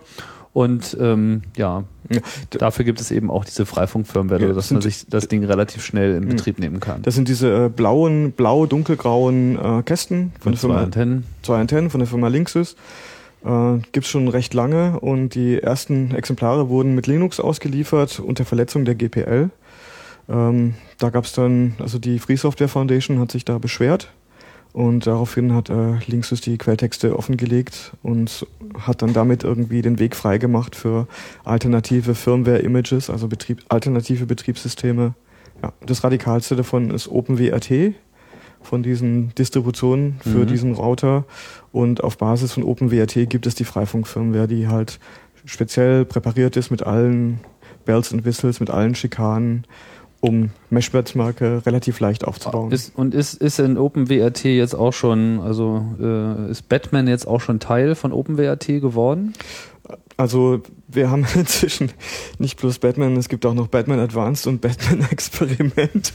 Und ähm, ja, Ja, dafür gibt es eben auch diese Freifunk-Firmware, Ja, dass man sind- sich das Ding relativ schnell in Betrieb nehmen kann. Das sind diese äh, blauen, blau-dunkelgrauen äh, Kästen von Mit der zwei Firma, Antennen. zwei Antennen von der Firma Linksys. Äh, gibt's schon recht lange und die ersten Exemplare wurden mit Linux ausgeliefert unter Verletzung der G P L. Ähm, da gab's dann, also die Free Software Foundation hat sich da beschwert und daraufhin hat äh, Linksys die Quelltexte offengelegt und hat dann damit irgendwie den Weg freigemacht für alternative Firmware-Images, also Betrieb, alternative Betriebssysteme. Ja, das Radikalste davon ist OpenWrt von diesen Distributionen für Mhm. diesen Router und auf Basis von OpenWrt gibt es die Freifunk-Firmware, die halt speziell präpariert ist mit allen Bells and Whistles, mit allen Schikanen, um Mesh-Wertsmarke relativ leicht aufzubauen. Ist, und ist, ist in OpenWrt jetzt auch schon, also äh, ist Batman jetzt auch schon Teil von OpenWrt geworden? Also wir haben inzwischen nicht bloß Batman, es gibt auch noch Batman Advanced und Batman Experiment.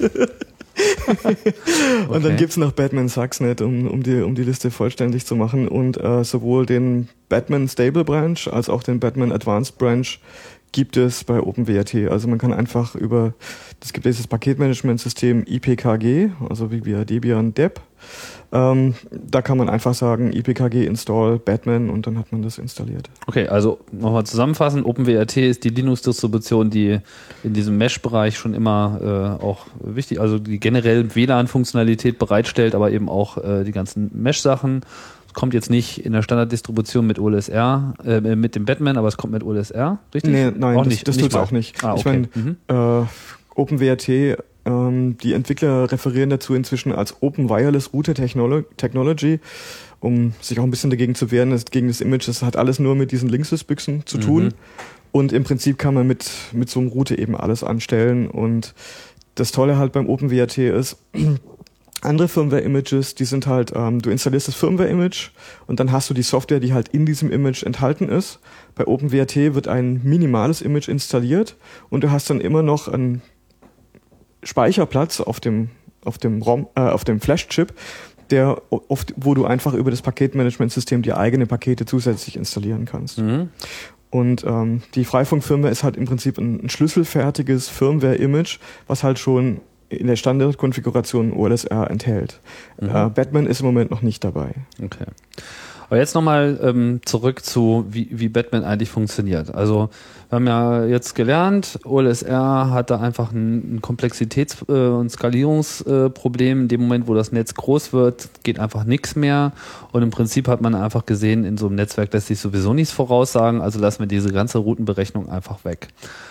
Und dann Okay. gibt's noch Batman Sucksnet, um, um, die, um die Liste vollständig zu machen. Und äh, sowohl den Batman Stable Branch als auch den Batman Advanced Branch gibt es bei OpenWrt. Also man kann einfach über, es gibt dieses Paketmanagementsystem I P K G, also wie via Debian Deb. Ähm, da kann man einfach sagen I P K G install Batman und dann hat man das installiert. Okay, also nochmal zusammenfassen, OpenWrt ist die Linux-Distribution, die in diesem Mesh-Bereich schon immer äh, auch wichtig, also die generell W L A N-Funktionalität bereitstellt, aber eben auch äh, die ganzen Mesh-Sachen. Es kommt jetzt nicht in der Standarddistribution mit O L S R, äh, mit dem Batman, aber es kommt mit O L S R, richtig? Nee, nein, auch das, nicht, das nicht tut's mal. auch nicht. Ah, Ich okay. meine, Mhm. äh, OpenWrt, ähm, die Entwickler referieren dazu inzwischen als Open Wireless Router Technolo- Technology, um sich auch ein bisschen dagegen zu wehren, dass gegen das Image, das hat alles nur mit diesen Linksys-Büchsen zu tun. Mhm. Und im Prinzip kann man mit, mit so einem Router eben alles anstellen. Und das Tolle halt beim OpenWrt ist, andere Firmware-Images, die sind halt, ähm, du installierst das Firmware-Image und dann hast du die Software, die halt in diesem Image enthalten ist. Bei OpenWrt wird ein minimales Image installiert und du hast dann immer noch einen Speicherplatz auf dem auf dem ROM, äh, auf dem Flash-Chip, der oft, wo du einfach über das Paketmanagementsystem die eigene Pakete zusätzlich installieren kannst. Mhm. Und ähm, die Freifunk-Firmware ist halt im Prinzip ein, ein schlüsselfertiges Firmware-Image, was halt schon in der Standardkonfiguration O L S R enthält. Mhm. Äh, Batman ist im Moment noch nicht dabei. Okay. Aber jetzt nochmal ähm, zurück zu, wie, wie Batman eigentlich funktioniert. Also wir haben ja jetzt gelernt, O L S R hat da einfach ein, ein Komplexitäts- äh, und Skalierungsproblem. Äh, in dem Moment, wo das Netz groß wird, geht einfach nichts mehr. Und im Prinzip hat man einfach gesehen, in so einem Netzwerk lässt sich sowieso nichts voraussagen. Also lassen wir diese ganze Routenberechnung einfach weg.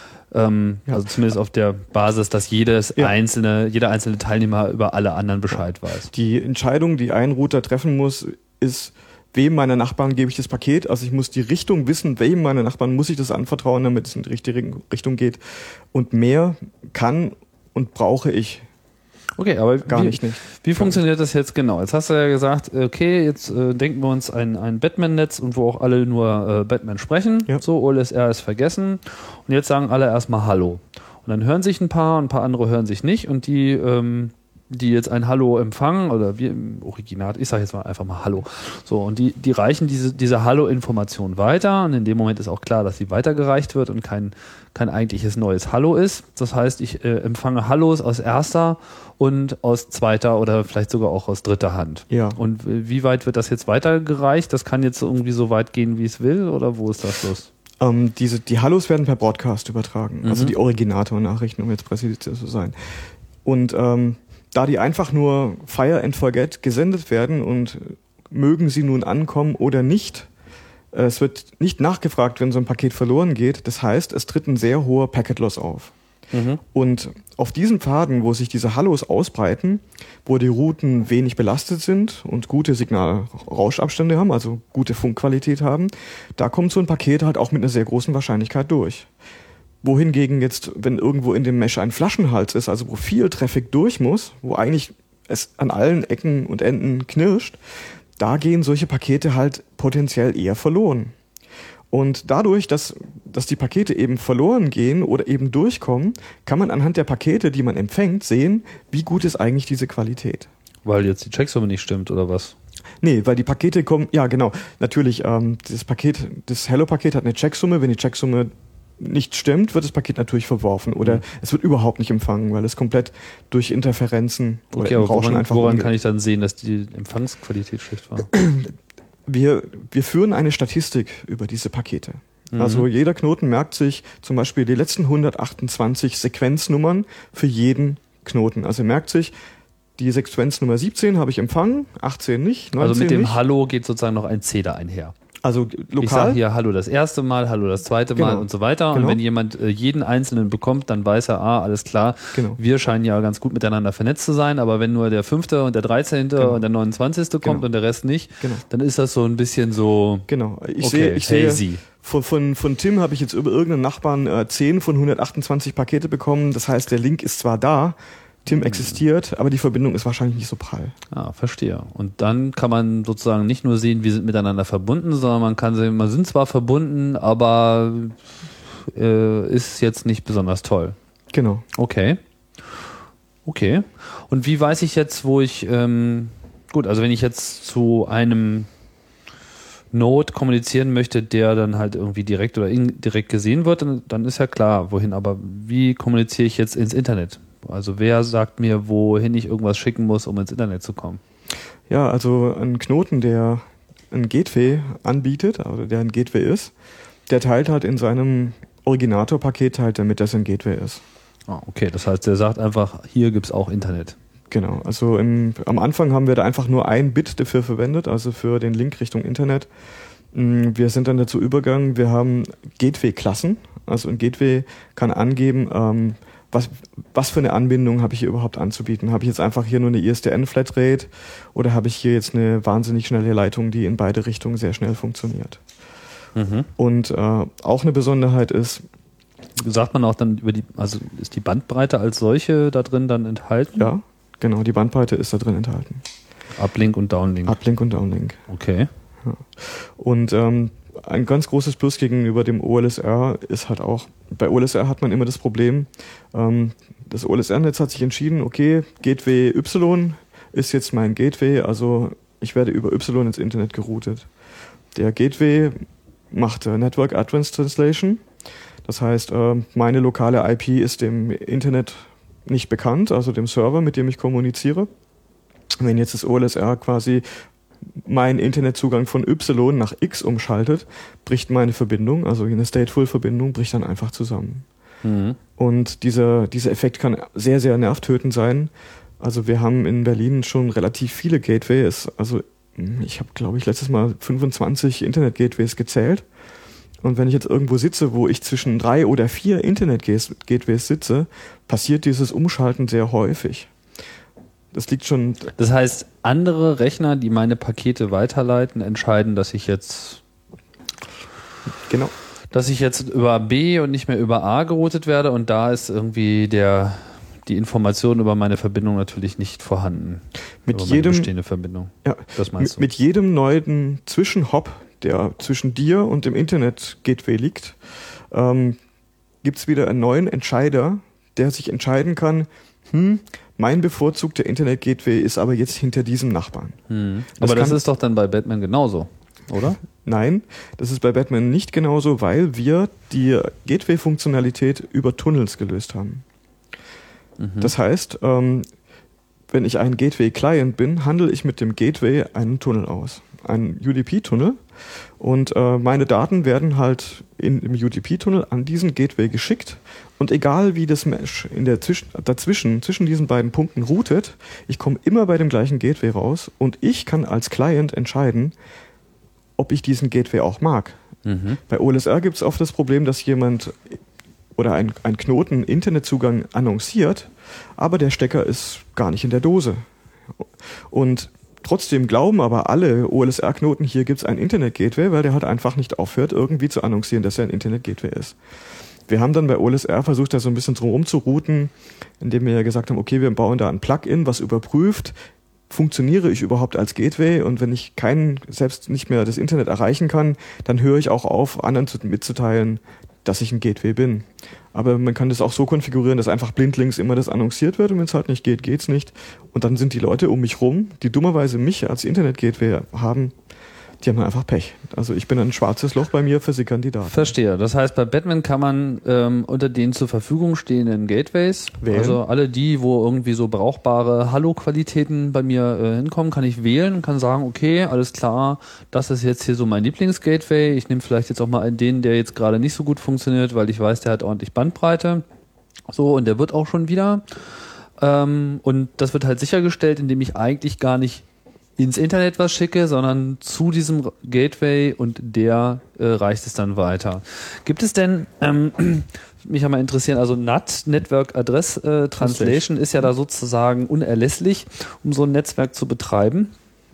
Ähm, Ja. Also zumindest auf der Basis, dass jedes Ja. einzelne, jeder einzelne Teilnehmer über alle anderen Bescheid weiß. Die Entscheidung, die ein Router treffen muss, ist, wem meiner Nachbarn gebe ich das Paket. Also ich muss die Richtung wissen, wem meiner Nachbarn muss ich das anvertrauen, damit es in die richtige Richtung geht. Und mehr kann und brauche ich Okay, aber gar wie, nicht. nicht. Wie funktioniert das jetzt genau? Jetzt hast du ja gesagt, okay, jetzt äh, denken wir uns ein, ein Batman-Netz und wo auch alle nur äh, Batman sprechen. Ja. So, O L S R ist vergessen. Und jetzt sagen alle erstmal Hallo. Und dann hören sich ein paar und ein paar andere hören sich nicht. Und die, ähm, die jetzt ein Hallo empfangen, oder wir im Originat, ich sage jetzt mal einfach mal Hallo. So, und die, die reichen diese, diese Hallo-Information weiter. Und in dem Moment ist auch klar, dass sie weitergereicht wird und kein, kein eigentliches neues Hallo ist. Das heißt, ich äh, empfange Hallos aus erster und aus zweiter oder vielleicht sogar auch aus dritter Hand. Ja. Und wie weit wird das jetzt weitergereicht? Das kann jetzt irgendwie so weit gehen, wie es will, oder wo ist das los? Ähm, diese, die Hallos werden per Broadcast übertragen, Mhm. also die Originator-Nachrichten, um jetzt präzise zu sein. Und ähm, da die einfach nur Fire and Forget gesendet werden und mögen sie nun ankommen oder nicht, äh, es wird nicht nachgefragt, wenn so ein Paket verloren geht. Das heißt, es tritt ein sehr hoher Packet Loss auf. Mhm. Und auf diesen Pfaden, wo sich diese Hallos ausbreiten, wo die Routen wenig belastet sind und gute Signal-Rauschabstände haben, also gute Funkqualität haben, da kommt so ein Paket halt auch mit einer sehr großen Wahrscheinlichkeit durch. Wohingegen jetzt, wenn irgendwo in dem Mesh ein Flaschenhals ist, also wo viel Traffic durch muss, wo eigentlich es an allen Ecken und Enden knirscht, da gehen solche Pakete halt potenziell eher verloren. Und dadurch, dass, dass die Pakete eben verloren gehen oder eben durchkommen, kann man anhand der Pakete, die man empfängt, sehen, wie gut ist eigentlich diese Qualität. Weil jetzt die Checksumme nicht stimmt, oder was? Nee, weil die Pakete kommen, ja genau, natürlich, ähm, das Paket, das Hello-Paket hat eine Checksumme, wenn die Checksumme nicht stimmt, wird das Paket natürlich verworfen oder mhm. es wird überhaupt nicht empfangen, weil es komplett durch Interferenzen oder okay, aber Rauschen woran, einfach woran umgeht. kann ich dann sehen, dass die Empfangsqualität schlecht war? Wir, wir führen eine Statistik über diese Pakete. Mhm. Also jeder Knoten merkt sich zum Beispiel die letzten hundertachtundzwanzig Sequenznummern für jeden Knoten. Also er merkt sich, die Sequenznummer siebzehn habe ich empfangen, achtzehn nicht, neunzehn Also mit dem nicht. Hallo geht sozusagen noch ein C da einher. Also lokal. Ich sage hier Hallo das erste Mal, Hallo das zweite Mal Genau. und so weiter. Genau. Und wenn jemand äh, jeden einzelnen bekommt, dann weiß er, ah, alles klar, Genau. wir scheinen ja ganz gut miteinander vernetzt zu sein, aber wenn nur der fünfte und der dreizehnte Genau. und der neunundzwanzigste kommt Genau. und der Rest nicht, Genau. dann ist das so ein bisschen so, Genau. Ich okay, sehe, ich sehe hazy. von, von, von Tim habe ich jetzt über irgendeinen Nachbarn äh, zehn von hundertachtundzwanzig Pakete bekommen. Das heißt, der Link ist zwar da, Tim existiert, aber die Verbindung ist wahrscheinlich nicht so prall. Ah, verstehe. Und dann kann man sozusagen nicht nur sehen, wir sind miteinander verbunden, sondern man kann sehen, wir sind zwar verbunden, aber äh, ist jetzt nicht besonders toll. Genau. Okay. Okay. Und wie weiß ich jetzt, wo ich, ähm, gut, also wenn ich jetzt zu einem Node kommunizieren möchte, der dann halt irgendwie direkt oder indirekt gesehen wird, dann, dann ist ja klar, wohin. Aber wie kommuniziere ich jetzt ins Internet? Also wer sagt mir, wohin ich irgendwas schicken muss, um ins Internet zu kommen? Ja, also ein Knoten, der ein Gateway anbietet, also der ein Gateway ist, der teilt halt in seinem Originator-Paket halt, damit das ein Gateway ist. Ah, okay, das heißt, der sagt einfach, hier gibt's auch Internet. Genau, also im, am Anfang haben wir da einfach nur ein Bit dafür verwendet, also für den Link Richtung Internet. Wir sind dann dazu übergegangen, wir haben Gateway-Klassen, also ein Gateway kann angeben, ähm, was, was für eine Anbindung habe ich hier überhaupt anzubieten. Habe ich jetzt einfach hier nur eine I S D N-Flatrate oder habe ich hier jetzt eine wahnsinnig schnelle Leitung, die in beide Richtungen sehr schnell funktioniert. Mhm. Und äh, auch eine Besonderheit ist, Sagt man auch dann über die, also ist die Bandbreite als solche da drin dann enthalten? ja, genau, die Bandbreite ist da drin enthalten. Uplink und Downlink. Uplink und Downlink. Okay. Ja. Und ähm, ein ganz großes Plus gegenüber dem O L S R ist halt auch, bei O L S R hat man immer das Problem, ähm, das O L S R-Netz hat sich entschieden, okay, Gateway Y ist jetzt mein Gateway, also ich werde über Y ins Internet geroutet. Der Gateway macht äh, Network Advanced Translation, das heißt, äh, meine lokale I P ist dem Internet nicht bekannt, also dem Server, mit dem ich kommuniziere. Wenn jetzt das O L S R quasi mein Internetzugang von Y nach X umschaltet, bricht meine Verbindung, also eine Stateful-Verbindung, bricht dann einfach zusammen. Mhm. Und dieser, dieser Effekt kann sehr, sehr nervtötend sein. Also wir haben in Berlin schon relativ viele Gateways, also ich habe, glaube ich, letztes Mal fünfundzwanzig Internet-Gateways gezählt. Und wenn ich jetzt irgendwo sitze, wo ich zwischen drei oder vier Internet-Gateways sitze, passiert dieses Umschalten sehr häufig. Das liegt schon. Das heißt, andere Rechner, die meine Pakete weiterleiten, entscheiden, dass ich jetzt, Genau. dass ich jetzt über B und nicht mehr über A geroutet werde und da ist irgendwie der, die Information über meine Verbindung natürlich nicht vorhanden. Mit über meine jedem, bestehende Verbindung. ja, Das meinst mit, du? mit jedem neuen Zwischenhop, der zwischen dir und dem Internet-Gateway liegt, ähm, gibt es wieder einen neuen Entscheider, der sich entscheiden kann, hm, mein bevorzugter Internet-Gateway ist aber jetzt hinter diesem Nachbarn. Hm. Das Aber das kann- ist doch dann bei Batman genauso, oder? Nein, das ist bei Batman nicht genauso, weil wir die Gateway-Funktionalität über Tunnels gelöst haben. Mhm. Das heißt, ähm, wenn ich ein Gateway-Client bin, handle ich mit dem Gateway einen Tunnel aus. Einen U D P-Tunnel. Und äh, meine Daten werden halt in, im U D P-Tunnel an diesen Gateway geschickt. Und egal wie das Mesh in der Zwisch- dazwischen, zwischen diesen beiden Punkten routet, ich komme immer bei dem gleichen Gateway raus und ich kann als Client entscheiden, ob ich diesen Gateway auch mag. Mhm. Bei O L S R gibt es oft das Problem, dass jemand oder ein, ein Knoten Internetzugang annonciert, aber der Stecker ist gar nicht in der Dose. Und trotzdem glauben aber alle O L S R-Knoten, hier gibt es ein Internet-Gateway, weil der halt einfach nicht aufhört, irgendwie zu annoncieren, dass er ein Internet-Gateway ist. Wir haben dann bei O L S R versucht, da so ein bisschen drum rumzurouten, indem wir ja gesagt haben, okay, wir bauen da ein Plugin, was überprüft, funktioniere ich überhaupt als Gateway, und wenn ich keinen, selbst nicht mehr das Internet erreichen kann, dann höre ich auch auf, anderen zu, mitzuteilen, dass ich ein Gateway bin. Aber man kann das auch so konfigurieren, dass einfach blindlings immer das annonciert wird und wenn es halt nicht geht, geht's nicht. Und dann sind die Leute um mich rum, die dummerweise mich als Internet-Gateway haben, die haben einfach Pech. Also ich bin ein schwarzes Loch, bei mir versickern die Daten. Verstehe. Das heißt, bei Batman kann man ähm, unter den zur Verfügung stehenden Gateways, wählen. Also alle die, wo irgendwie so brauchbare Hallo-Qualitäten bei mir äh, hinkommen, kann ich wählen und kann sagen, okay, alles klar, das ist jetzt hier so mein Lieblings-Gateway. Ich nehme vielleicht jetzt auch mal einen, den, der jetzt gerade nicht so gut funktioniert, weil ich weiß, der hat ordentlich Bandbreite. So, und der wird auch schon wieder. Ähm, und das wird halt sichergestellt, indem ich eigentlich gar nicht ins Internet was schicke, sondern zu diesem Gateway und der äh, reicht es dann weiter. Gibt es denn, ähm, mich ja mal interessieren, also N A T, Network Address äh, Translation, ist ja da sozusagen unerlässlich, um so ein Netzwerk zu betreiben.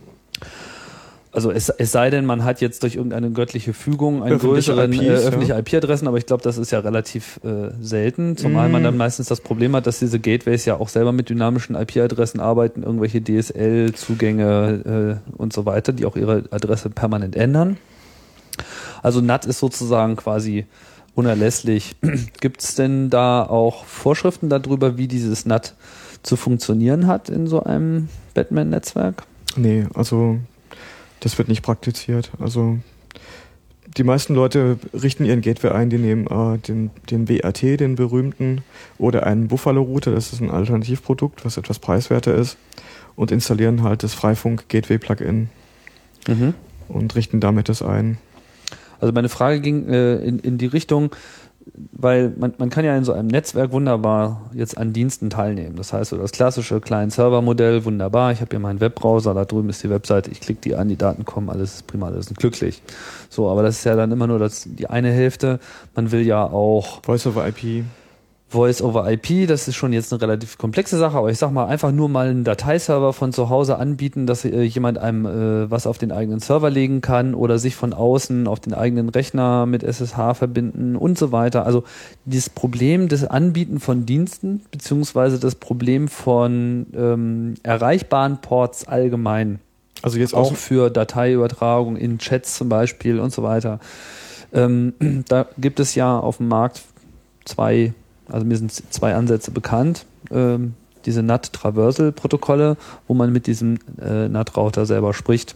Also es, es sei denn, man hat jetzt durch irgendeine göttliche Fügung einen Öffentliche größeren I Ps, äh, öffentliche ja. I P-Adressen, aber ich glaube, das ist ja relativ äh, selten, zumal Mm. man dann meistens das Problem hat, dass diese Gateways ja auch selber mit dynamischen I P-Adressen arbeiten, irgendwelche D S L-Zugänge äh, und so weiter, die auch ihre Adresse permanent ändern. Also N A T ist sozusagen quasi unerlässlich. Gibt es denn da auch Vorschriften darüber, wie dieses N A T zu funktionieren hat in so einem Batman-Netzwerk? Nee, also das wird nicht praktiziert. Also die meisten Leute richten ihren Gateway ein, die nehmen äh, den, den W A T, den berühmten, oder einen Buffalo-Router, das ist ein Alternativprodukt, was etwas preiswerter ist, und installieren halt das Freifunk-Gateway-Plugin Mhm. und richten damit das ein. Also meine Frage ging äh, in, in die Richtung, weil man, man kann ja in so einem Netzwerk wunderbar jetzt an Diensten teilnehmen. Das heißt, so das klassische Client-Server-Modell, wunderbar, ich habe hier meinen Webbrowser, da drüben ist die Webseite, ich klicke die an, die Daten kommen, alles ist prima, alles ist glücklich. So, aber das ist ja dann immer nur das, die eine Hälfte. Man will ja auch Voice-over-I P. Voice-over-I P, das ist schon jetzt eine relativ komplexe Sache, aber ich sag mal, einfach nur mal einen Dateiserver von zu Hause anbieten, dass äh, jemand einem äh, was auf den eigenen Server legen kann oder sich von außen auf den eigenen Rechner mit S S H verbinden und so weiter. Also dieses Problem des Anbieten von Diensten, beziehungsweise das Problem von ähm, erreichbaren Ports allgemein, Also jetzt auch auch für Dateiübertragung in Chats zum Beispiel und so weiter. Ähm, da gibt es ja auf dem Markt zwei Also mir sind zwei Ansätze bekannt, ähm, diese N A T-Traversal-Protokolle, wo man mit diesem äh, N A T-Router selber spricht.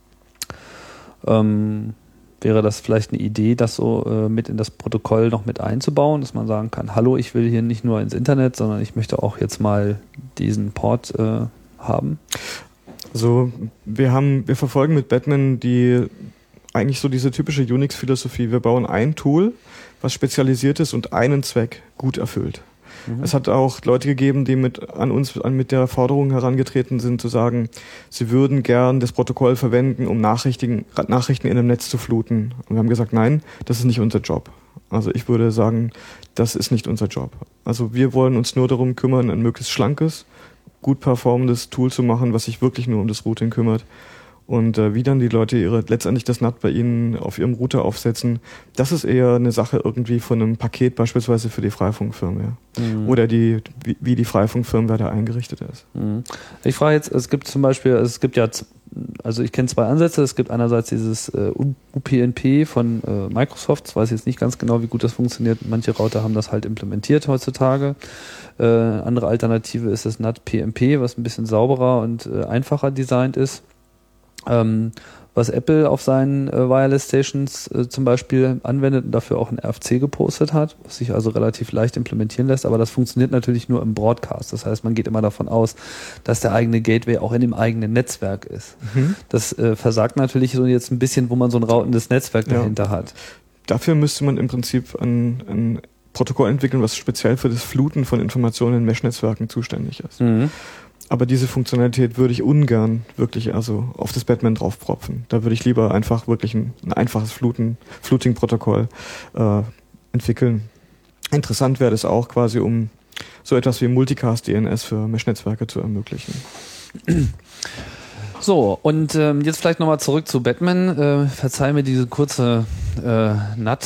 Ähm, wäre das vielleicht eine Idee, das so äh, mit in das Protokoll noch mit einzubauen, dass man sagen kann, hallo, ich will hier nicht nur ins Internet, sondern ich möchte auch jetzt mal diesen Port äh, haben? Also wir haben, wir verfolgen mit Batman die eigentlich so diese typische Unix-Philosophie. Wir bauen ein Tool, was spezialisiert ist und einen Zweck gut erfüllt. Mhm. Es hat auch Leute gegeben, die mit an uns an, mit der Forderung herangetreten sind, zu sagen, sie würden gern das Protokoll verwenden, um Nachrichten, Nachrichten in einem Netz zu fluten. Und wir haben gesagt, nein, das ist nicht unser Job. Also ich würde sagen, das ist nicht unser Job. Also wir wollen uns nur darum kümmern, ein möglichst schlankes, gut performendes Tool zu machen, was sich wirklich nur um das Routing kümmert. Und äh, wie dann die Leute ihre letztendlich das N A T bei ihnen auf ihrem Router aufsetzen, das ist eher eine Sache irgendwie von einem Paket beispielsweise für die Freifunkfirmware. Mhm. Oder die wie, wie die Freifunkfirmware da eingerichtet ist. Mhm. Ich frage jetzt, es gibt zum Beispiel, es gibt ja, also ich kenne zwei Ansätze. Es gibt einerseits dieses äh, U P n P von äh, Microsoft. Ich weiß jetzt nicht ganz genau, wie gut das funktioniert. Manche Router haben das halt implementiert heutzutage. Äh, andere Alternative ist das N A T P M P, was ein bisschen sauberer und äh, einfacher designt ist. Ähm, was Apple auf seinen äh, Wireless Stations äh, zum Beispiel anwendet und dafür auch ein R F C gepostet hat, was sich also relativ leicht implementieren lässt, aber das funktioniert natürlich nur im Broadcast. Das heißt, man geht immer davon aus, dass der eigene Gateway auch in dem eigenen Netzwerk ist. Mhm. Das äh, versagt natürlich so jetzt ein bisschen, wo man so ein routendes Netzwerk dahinter ja. hat. Dafür müsste man im Prinzip ein, ein Protokoll entwickeln, was speziell für das Fluten von Informationen in Mesh-Netzwerken zuständig ist. Mhm. Aber diese Funktionalität würde ich ungern wirklich also auf das Batman draufpropfen. Da würde ich lieber einfach wirklich ein, ein einfaches Fluten, Fluting-Protokoll äh, entwickeln. Interessant wäre das auch quasi, um so etwas wie Multicast-D N S für Mesh-Netzwerke zu ermöglichen. So, und ähm, jetzt vielleicht nochmal zurück zu Batman. Äh, verzeih mir diese kurze äh, N A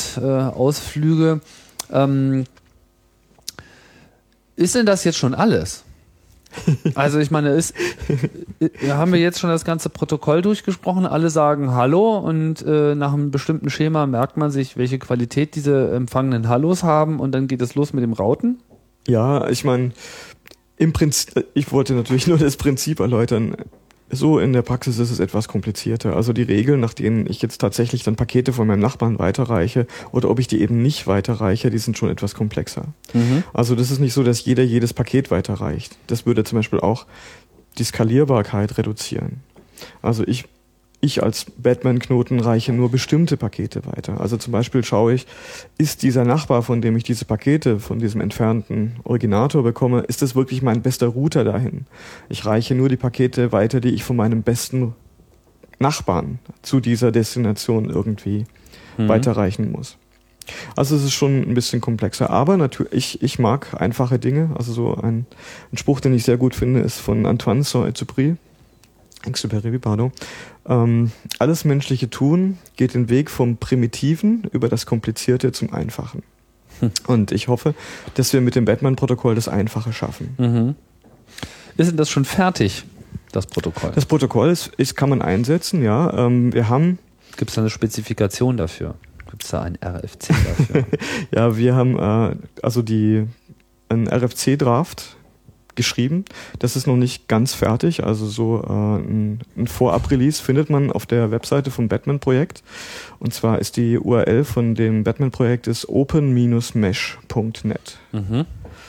T-Ausflüge. Ähm, ist denn das jetzt schon alles? Also ich meine, ist, haben wir jetzt schon das ganze Protokoll durchgesprochen, alle sagen Hallo und äh, nach einem bestimmten Schema merkt man sich, welche Qualität diese empfangenen Hallos haben und dann geht es los mit dem Routen? Ja, ich meine, im Prinzip, ich wollte natürlich nur das Prinzip erläutern. So in der Praxis ist es etwas komplizierter. Also die Regeln, nach denen ich jetzt tatsächlich dann Pakete von meinem Nachbarn weiterreiche oder ob ich die eben nicht weiterreiche, die sind schon etwas komplexer. Mhm. Also das ist nicht so, dass jeder jedes Paket weiterreicht. Das würde zum Beispiel auch die Skalierbarkeit reduzieren. Also ich, ich als Batman-Knoten reiche nur bestimmte Pakete weiter. Also zum Beispiel schaue ich, ist dieser Nachbar, von dem ich diese Pakete von diesem entfernten Originator bekomme, ist das wirklich mein bester Router dahin? Ich reiche nur die Pakete weiter, die ich von meinem besten Nachbarn zu dieser Destination irgendwie mhm. weiterreichen muss. Also es ist schon ein bisschen komplexer, aber natürlich, ich, ich mag einfache Dinge. Also so ein, ein Spruch, den ich sehr gut finde, ist von Antoine Saint-Exupéry. Exupéry, pardon. Ähm, alles menschliche Tun geht den Weg vom Primitiven über das Komplizierte zum Einfachen. Hm. Und ich hoffe, dass wir mit dem Batman-Protokoll das Einfache schaffen. Mhm. Ist denn das schon fertig, das Protokoll? Das Protokoll ist, ist kann man einsetzen, ja. Ähm, wir haben... Gibt es da eine Spezifikation dafür? Gibt es da ein R F C dafür? Ja, wir haben äh, also die ein R F C-Draft geschrieben. Das ist noch nicht ganz fertig, also so äh, ein, ein Vorab-Release findet man auf der Webseite vom Batman-Projekt. Und zwar ist die U R L von dem Batman-Projekt ist open dash mesh punkt net. Mhm.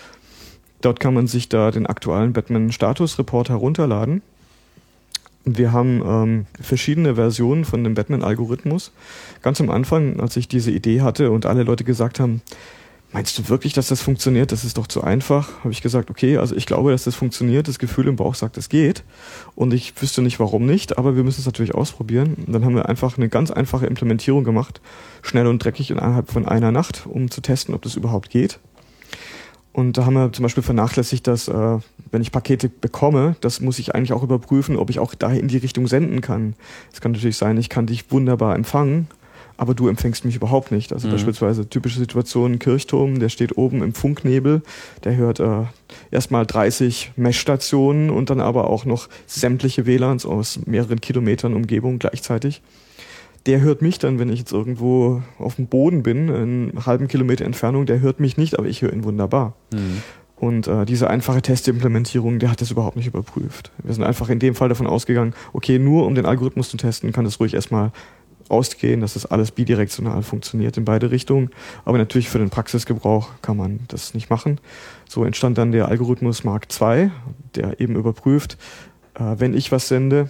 Dort kann man sich da den aktuellen Batman-Status-Report herunterladen. Wir haben ähm, verschiedene Versionen von dem Batman-Algorithmus. Ganz am Anfang, als ich diese Idee hatte und alle Leute gesagt haben, meinst du wirklich, dass das funktioniert? Das ist doch zu einfach. Habe ich gesagt, okay, also ich glaube, dass das funktioniert. Das Gefühl im Bauch sagt, es geht. Und ich wüsste nicht, warum nicht, aber wir müssen es natürlich ausprobieren. Und dann haben wir einfach eine ganz einfache Implementierung gemacht, schnell und dreckig innerhalb von einer Nacht, um zu testen, ob das überhaupt geht. Und da haben wir zum Beispiel vernachlässigt, dass äh, wenn ich Pakete bekomme, das muss ich eigentlich auch überprüfen, ob ich auch da in die Richtung senden kann. Es kann natürlich sein, ich kann dich wunderbar empfangen, aber du empfängst mich überhaupt nicht. Also mhm. beispielsweise typische Situation, Kirchturm, der steht oben im Funknebel, der hört äh, erstmal dreißig Messstationen und dann aber auch noch sämtliche W L A Ns aus mehreren Kilometern Umgebung gleichzeitig. Der hört mich dann, wenn ich jetzt irgendwo auf dem Boden bin, in einem halben Kilometer Entfernung, der hört mich nicht, aber ich höre ihn wunderbar. Mhm. Und äh, diese einfache Testimplementierung, der hat das überhaupt nicht überprüft. Wir sind einfach in dem Fall davon ausgegangen, okay, nur um den Algorithmus zu testen, kann das ruhig erstmal ausgehen, dass das alles bidirektional funktioniert in beide Richtungen. Aber natürlich für den Praxisgebrauch kann man das nicht machen. So entstand dann der Algorithmus Mark zwei, der eben überprüft, äh, wenn ich was sende,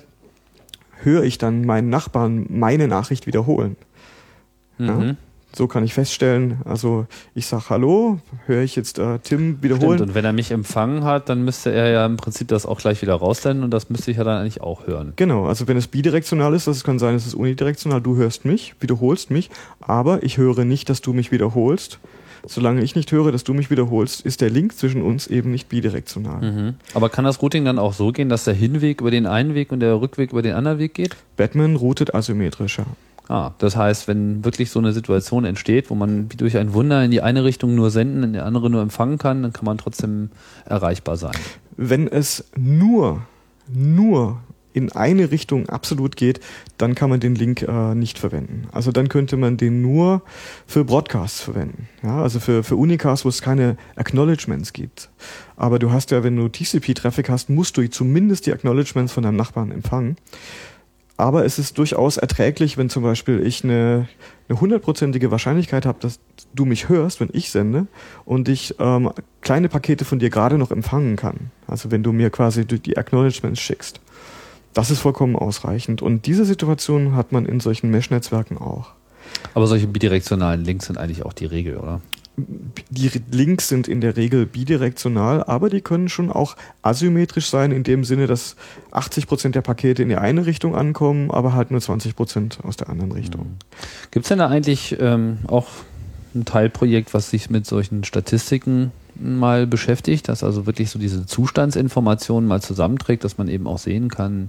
höre ich dann meinen Nachbarn meine Nachricht wiederholen. Mhm. Ja? So kann ich feststellen, also ich sage Hallo, höre ich jetzt äh, Tim wiederholen. Stimmt, und wenn er mich empfangen hat, dann müsste er ja im Prinzip das auch gleich wieder raussenden und das müsste ich ja dann eigentlich auch hören. Genau, also wenn es bidirektional ist, das kann sein, es ist unidirektional, du hörst mich, wiederholst mich, aber ich höre nicht, dass du mich wiederholst. Solange ich nicht höre, dass du mich wiederholst, ist der Link zwischen uns eben nicht bidirektional. Mhm. Aber kann das Routing dann auch so gehen, dass der Hinweg über den einen Weg und der Rückweg über den anderen Weg geht? Batman routet asymmetrischer. Ah, das heißt, wenn wirklich so eine Situation entsteht, wo man wie durch ein Wunder in die eine Richtung nur senden, in die andere nur empfangen kann, dann kann man trotzdem erreichbar sein. Wenn es nur, nur in eine Richtung absolut geht, dann kann man den Link äh, nicht verwenden. Also dann könnte man den nur für Broadcasts verwenden. Ja, also für, für Unicasts, wo es keine Acknowledgements gibt. Aber du hast ja, wenn du T C P-Traffic hast, musst du zumindest die Acknowledgements von deinem Nachbarn empfangen. Aber es ist durchaus erträglich, wenn zum Beispiel ich eine eine hundertprozentige Wahrscheinlichkeit habe, dass du mich hörst, wenn ich sende und ich ähm, kleine Pakete von dir gerade noch empfangen kann. Also wenn du mir quasi die Acknowledgements schickst. Das ist vollkommen ausreichend. Und diese Situation hat man in solchen Mesh-Netzwerken auch. Aber solche bidirektionalen Links sind eigentlich auch die Regel, oder? Die Links sind in der Regel bidirektional, aber die können schon auch asymmetrisch sein, in dem Sinne, dass achtzig Prozent der Pakete in die eine Richtung ankommen, aber halt nur zwanzig Prozent aus der anderen Richtung. Gibt es denn da eigentlich ähm, auch ein Teilprojekt, was sich mit solchen Statistiken mal beschäftigt, dass also wirklich so diese Zustandsinformationen mal zusammenträgt, dass man eben auch sehen kann,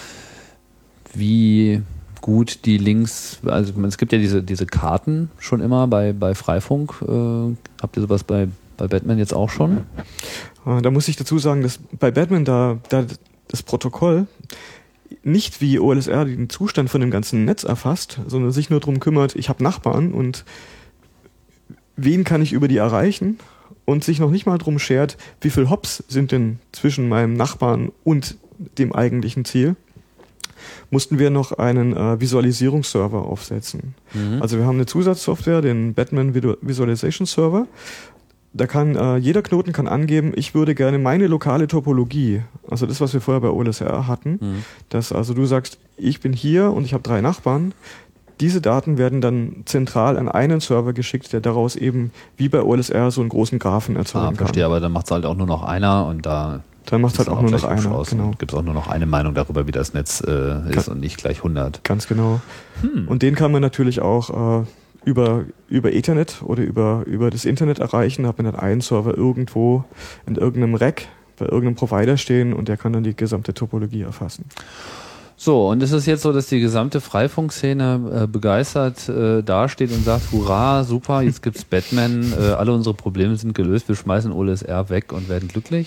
wie gut die Links, also es gibt ja diese, diese Karten schon immer bei, bei Freifunk. Äh, habt ihr sowas bei Bei Batman jetzt auch schon? Äh, da muss ich dazu sagen, dass bei Batman da, da das Protokoll nicht wie O L S R den Zustand von dem ganzen Netz erfasst, sondern sich nur darum kümmert, ich habe Nachbarn und wen kann ich über die erreichen und sich noch nicht mal darum schert, wie viel Hops sind denn zwischen meinem Nachbarn und dem eigentlichen Ziel, mussten wir noch einen äh, Visualisierungsserver aufsetzen. Mhm. Also wir haben eine Zusatzsoftware, den Batman Visualization Server. Da kann äh, jeder Knoten kann angeben, ich würde gerne meine lokale Topologie, also das, was wir vorher bei O L S R hatten, mhm. dass also du sagst, ich bin hier und ich habe drei Nachbarn. Diese Daten werden dann zentral an einen Server geschickt, der daraus eben wie bei O L S R so einen großen Graphen erzeugen ah, kann. Verstehe, aber dann macht es halt auch nur noch einer und da dann macht es halt auch nur noch einer. Genau. Gibt es auch nur noch eine Meinung darüber, wie das Netz äh, ist kann, und nicht gleich hundert. Ganz genau. Hm. Und den kann man natürlich auch äh, über, über Ethernet oder über, über das Internet erreichen. Da hat man dann einen Server irgendwo in irgendeinem Rack bei irgendeinem Provider stehen und der kann dann die gesamte Topologie erfassen. So, und ist es jetzt so, dass die gesamte Freifunkszene äh, begeistert äh, dasteht und sagt, hurra, super, jetzt gibt's Batman, äh, alle unsere Probleme sind gelöst, wir schmeißen O L S R weg und werden glücklich?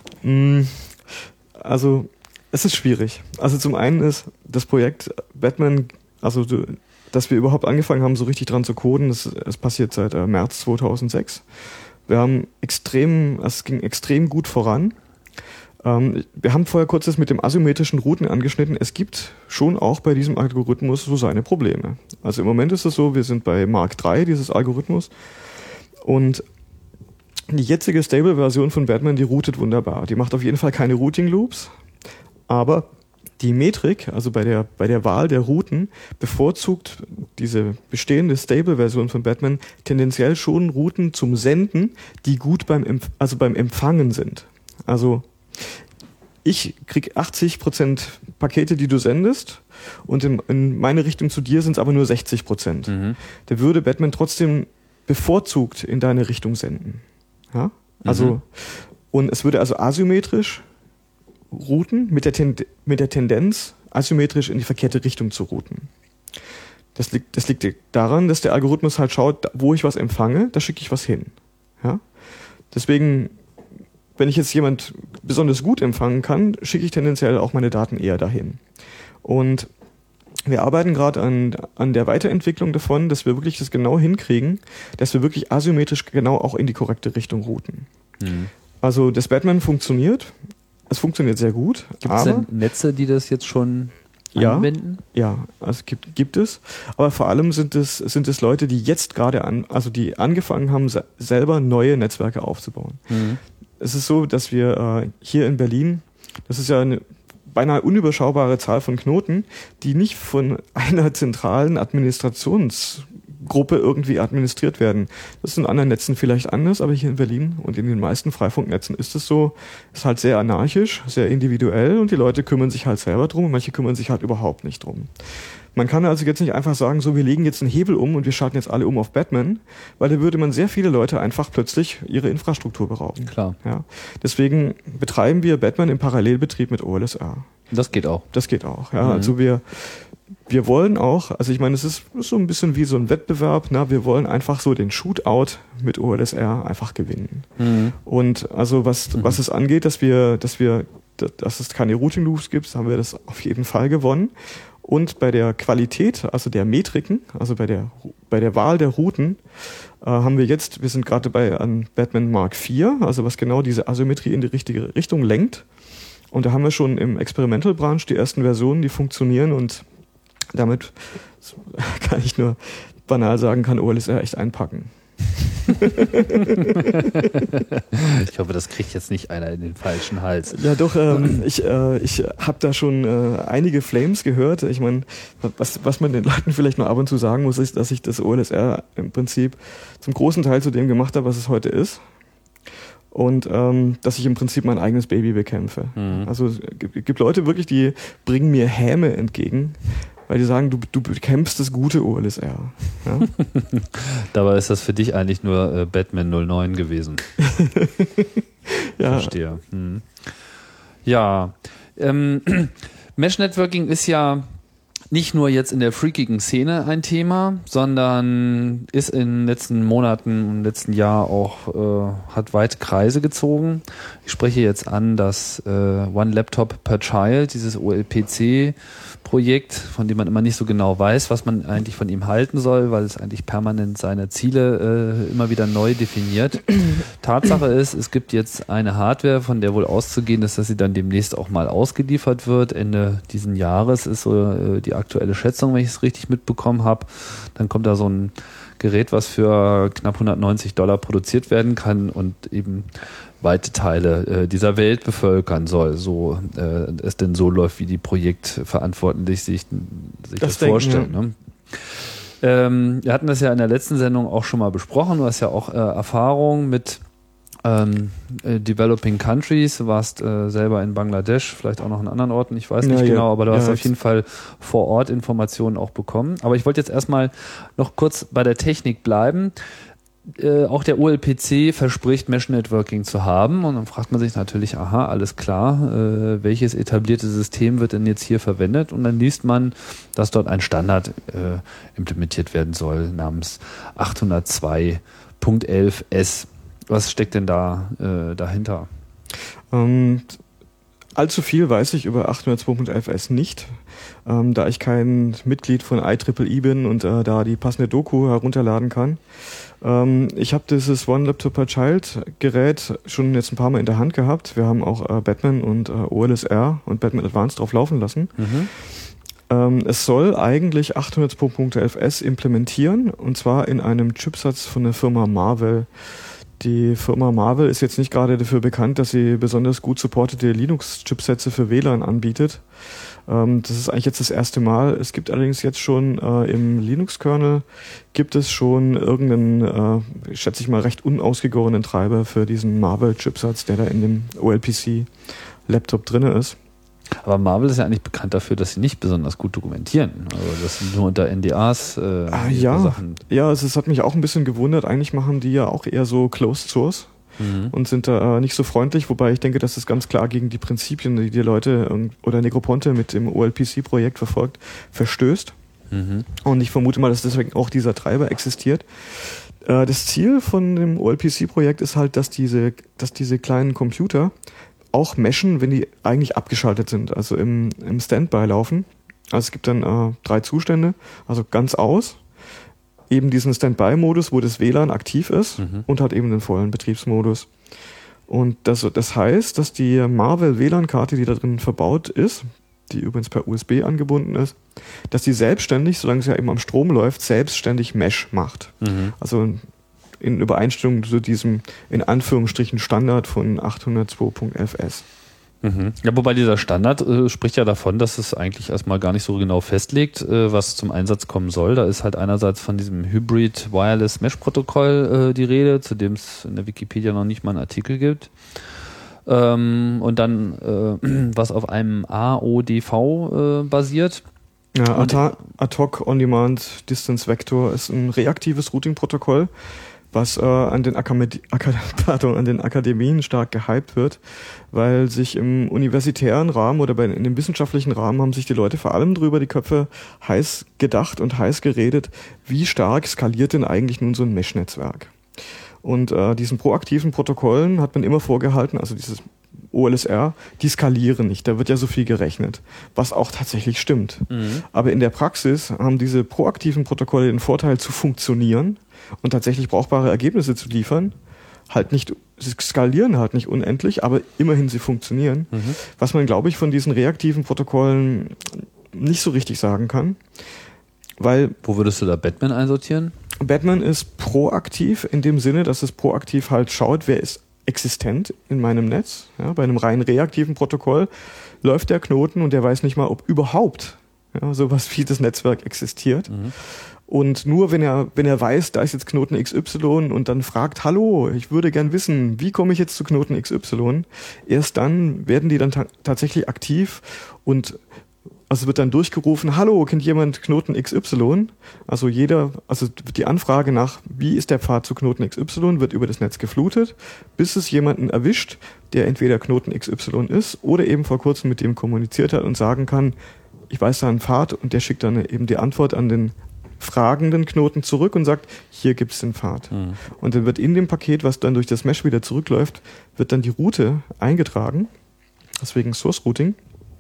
Also, es ist schwierig. Also zum einen ist das Projekt Batman, also dass wir überhaupt angefangen haben, so richtig dran zu coden, das, das passiert seit äh, März zweitausendsechs. Wir haben extrem, es ging extrem gut voran. Ähm, wir haben vorher kurz das mit dem asymmetrischen Routen angeschnitten. Es gibt schon auch bei diesem Algorithmus so seine Probleme. Also im Moment ist es so, wir sind bei Mark drei dieses Algorithmus und die jetzige Stable-Version von Batman, die routet wunderbar. Die macht auf jeden Fall keine Routing-Loops, aber die Metrik, also bei der, bei der Wahl der Routen, bevorzugt diese bestehende Stable-Version von Batman tendenziell schon Routen zum Senden, die gut beim, Empf- also beim Empfangen sind. Also ich krieg achtzig Prozent Pakete, die du sendest, und in, in meine Richtung zu dir sind es aber nur sechzig Prozent. Mhm. Da würde Batman trotzdem bevorzugt in deine Richtung senden. Ja? Also, mhm. Und es würde also asymmetrisch routen mit der, Ten- mit der Tendenz, asymmetrisch in die verkehrte Richtung zu routen. Das liegt, das liegt daran, dass der Algorithmus halt schaut, wo ich was empfange, da schicke ich was hin. Ja? Deswegen, wenn ich jetzt jemand besonders gut empfangen kann, schicke ich tendenziell auch meine Daten eher dahin. Und wir arbeiten gerade an, an der Weiterentwicklung davon, dass wir wirklich das genau hinkriegen, dass wir wirklich asymmetrisch genau auch in die korrekte Richtung routen. Mhm. Also das Batman funktioniert, es funktioniert sehr gut. Gibt es denn Netze, die das jetzt schon anwenden? Ja, ja, also gibt, gibt es. Aber vor allem sind es, sind es Leute, die jetzt gerade an, also die angefangen haben, selber neue Netzwerke aufzubauen. Mhm. Es ist so, dass wir äh, hier in Berlin, das ist ja eine beinahe unüberschaubare Zahl von Knoten, die nicht von einer zentralen Administrationsgruppe irgendwie administriert werden. Das ist in anderen Netzen vielleicht anders, aber hier in Berlin und in den meisten Freifunknetzen ist es so, ist halt sehr anarchisch, sehr individuell und die Leute kümmern sich halt selber drum und manche kümmern sich halt überhaupt nicht drum. Man kann also jetzt nicht einfach sagen, so wir legen jetzt einen Hebel um und wir schalten jetzt alle um auf Batman, weil da würde man sehr viele Leute einfach plötzlich ihre Infrastruktur berauben. Klar. Ja. Deswegen betreiben wir Batman im Parallelbetrieb mit O L S R. Das geht auch. Das geht auch, ja. Mhm. Also wir, wir wollen auch, also ich meine, es ist so ein bisschen wie so ein Wettbewerb, na, wir wollen einfach so den Shootout mit O L S R einfach gewinnen. Mhm. Und also was, mhm. was es angeht, dass wir, dass wir, dass es keine Routing Loops gibt, haben wir das auf jeden Fall gewonnen. Und bei der Qualität, also der Metriken, also bei der, bei der Wahl der Routen, äh, haben wir jetzt, wir sind gerade bei an Batman Mark vier, also was genau diese Asymmetrie in die richtige Richtung lenkt. Und da haben wir schon im Experimental Branch die ersten Versionen, die funktionieren und damit kann ich nur banal sagen, kann O L S R echt einpacken. Ich hoffe, das kriegt jetzt nicht einer in den falschen Hals. Ja, doch, ähm, ich, äh, ich habe da schon äh, einige Flames gehört. Ich meine, was, was man den Leuten vielleicht nur ab und zu sagen muss, ist, dass ich das O L S R im Prinzip zum großen Teil zu dem gemacht habe, was es heute ist. Und ähm, dass ich im Prinzip mein eigenes Baby bekämpfe. Mhm. Also es gibt, gibt Leute wirklich, die bringen mir Häme entgegen, weil die sagen, du, du bekämpfst das gute O L S R. Ja? Dabei ist das für dich eigentlich nur äh, Batman null neun gewesen. Ja. Verstehe. Hm. Ja, ähm, Mesh Networking ist ja nicht nur jetzt in der freakigen Szene ein Thema, sondern ist in den letzten Monaten, im letzten Jahr auch, äh, hat weite Kreise gezogen. Ich spreche jetzt an das äh, One Laptop per Child, dieses O L P C-Projekt, von dem man immer nicht so genau weiß, was man eigentlich von ihm halten soll, weil es eigentlich permanent seine Ziele äh, immer wieder neu definiert. Tatsache ist, es gibt jetzt eine Hardware, von der wohl auszugehen ist, dass sie dann demnächst auch mal ausgeliefert wird. Ende diesen Jahres ist so äh, die aktuelle Schätzung, wenn ich es richtig mitbekommen habe. Dann kommt da so ein Gerät, was für knapp hundertneunzig Dollar produziert werden kann und eben weite Teile äh, dieser Welt bevölkern soll, so äh, es denn so läuft, wie die Projektverantwortlichen sich, sich das, das denken, vorstellen. Ja. Ne? Ähm, wir hatten das ja in der letzten Sendung auch schon mal besprochen. Du hast ja auch äh, Erfahrung mit ähm, äh, Developing Countries. Du warst äh, selber in Bangladesch, vielleicht auch noch in anderen Orten, ich weiß nicht ja, genau, aber du ja, hast auf jeden Fall vor Ort Informationen auch bekommen. Aber ich wollte jetzt erstmal noch kurz bei der Technik bleiben. Äh, auch der O L P C verspricht Mesh Networking zu haben und dann fragt man sich natürlich, aha, alles klar, äh, welches etablierte System wird denn jetzt hier verwendet? Und dann liest man, dass dort ein Standard äh, implementiert werden soll namens achthundertzwei Punkt elf S. Was steckt denn da äh, dahinter? Ähm, allzu viel weiß ich über achthundertzwei Punkt elf S nicht. Ähm, da ich kein Mitglied von I triple E bin und äh, da die passende Doku herunterladen kann. Ähm, ich habe dieses One Laptop per Child Gerät schon jetzt ein paar Mal in der Hand gehabt. Wir haben auch äh, Batman und äh, O L S R und Batman Advanced drauf laufen lassen. Mhm. Ähm, es soll eigentlich achthundertzwei Punkt elf S implementieren und zwar in einem Chipsatz von der Firma Marvell. Die Firma Marvell ist jetzt nicht gerade dafür bekannt, dass sie besonders gut supportete Linux-Chipsätze für W L A N anbietet. Ähm, das ist eigentlich jetzt das erste Mal. Es gibt allerdings jetzt schon äh, im Linux-Kernel gibt es schon irgendeinen, äh, schätze ich mal, recht unausgegorenen Treiber für diesen Marvell-Chipsatz, der da in dem O L P C-Laptop drin ist. Aber Marvell ist ja eigentlich bekannt dafür, dass sie nicht besonders gut dokumentieren. Also das sind nur unter N D As äh, ah, ja. Sachen. Ja, also es hat mich auch ein bisschen gewundert. Eigentlich machen die ja auch eher so Closed Source mhm. und sind da äh, nicht so freundlich. Wobei ich denke, dass das ganz klar gegen die Prinzipien, die die Leute ähm, oder Negroponte mit dem O L P C-Projekt verfolgt, verstößt. Mhm. Und ich vermute mal, dass deswegen auch dieser Treiber existiert. Äh, das Ziel von dem O L P C-Projekt ist halt, dass diese, dass diese kleinen Computer auch meshen, wenn die eigentlich abgeschaltet sind, also im, im Standby laufen. Also es gibt dann äh, drei Zustände, also ganz aus, eben diesen Standby-Modus, wo das W L A N aktiv ist mhm. und hat eben den vollen Betriebsmodus. Und das, das heißt, dass die Marvell W L A N-Karte, die da drin verbaut ist, die übrigens per U S B angebunden ist, dass die selbstständig, solange sie ja eben am Strom läuft, selbstständig Mesh macht. Mhm. Also in Übereinstimmung zu diesem, in Anführungsstrichen, Standard von achthundertzwei Punkt elf S. Mhm. Ja, wobei dieser Standard äh, spricht ja davon, dass es eigentlich erstmal gar nicht so genau festlegt, äh, was zum Einsatz kommen soll. Da ist halt einerseits von diesem Hybrid Wireless Mesh Protokoll äh, die Rede, zu dem es in der Wikipedia noch nicht mal einen Artikel gibt. Ähm, und dann, äh, was auf einem A O D V äh, basiert. Ja, Ad-Hoc On-Demand Distance Vector ist ein reaktives Routing-Protokoll, was äh, an, den Akademie, pardon, an den Akademien stark gehypt wird, weil sich im universitären Rahmen oder bei, in dem wissenschaftlichen Rahmen haben sich die Leute vor allem drüber die Köpfe heiß gedacht und heiß geredet, wie stark skaliert denn eigentlich nun so ein Mesh-Netzwerk. Und äh, diesen proaktiven Protokollen hat man immer vorgehalten, also dieses O L S R, die skalieren nicht, da wird ja so viel gerechnet, was auch tatsächlich stimmt. Mhm. Aber in der Praxis haben diese proaktiven Protokolle den Vorteil zu funktionieren und tatsächlich brauchbare Ergebnisse zu liefern, halt nicht, sie skalieren halt nicht unendlich, aber immerhin sie funktionieren. Mhm. Was man, glaube ich, von diesen reaktiven Protokollen nicht so richtig sagen kann, weil... Wo würdest du da Batman einsortieren? Batman ist proaktiv in dem Sinne, dass es proaktiv halt schaut, wer ist existent in meinem Netz. Ja, bei einem rein reaktiven Protokoll läuft der Knoten und der weiß nicht mal, ob überhaupt ja, sowas wie das Netzwerk existiert. Mhm. Und nur wenn er, wenn er weiß, da ist jetzt Knoten X Y und dann fragt, hallo, ich würde gern wissen, wie komme ich jetzt zu Knoten X Y? Erst dann werden die dann ta- tatsächlich aktiv und also wird dann durchgerufen, hallo, kennt jemand Knoten X Y? Also jeder, also die Anfrage nach, wie ist der Pfad zu Knoten X Y, wird über das Netz geflutet, bis es jemanden erwischt, der entweder Knoten X Y ist oder eben vor kurzem mit dem kommuniziert hat und sagen kann, ich weiß da einen Pfad und der schickt dann eben die Antwort an den fragenden Knoten zurück und sagt, hier gibt es den Pfad. Mhm. Und dann wird in dem Paket, was dann durch das Mesh wieder zurückläuft, wird dann die Route eingetragen, deswegen Source Routing.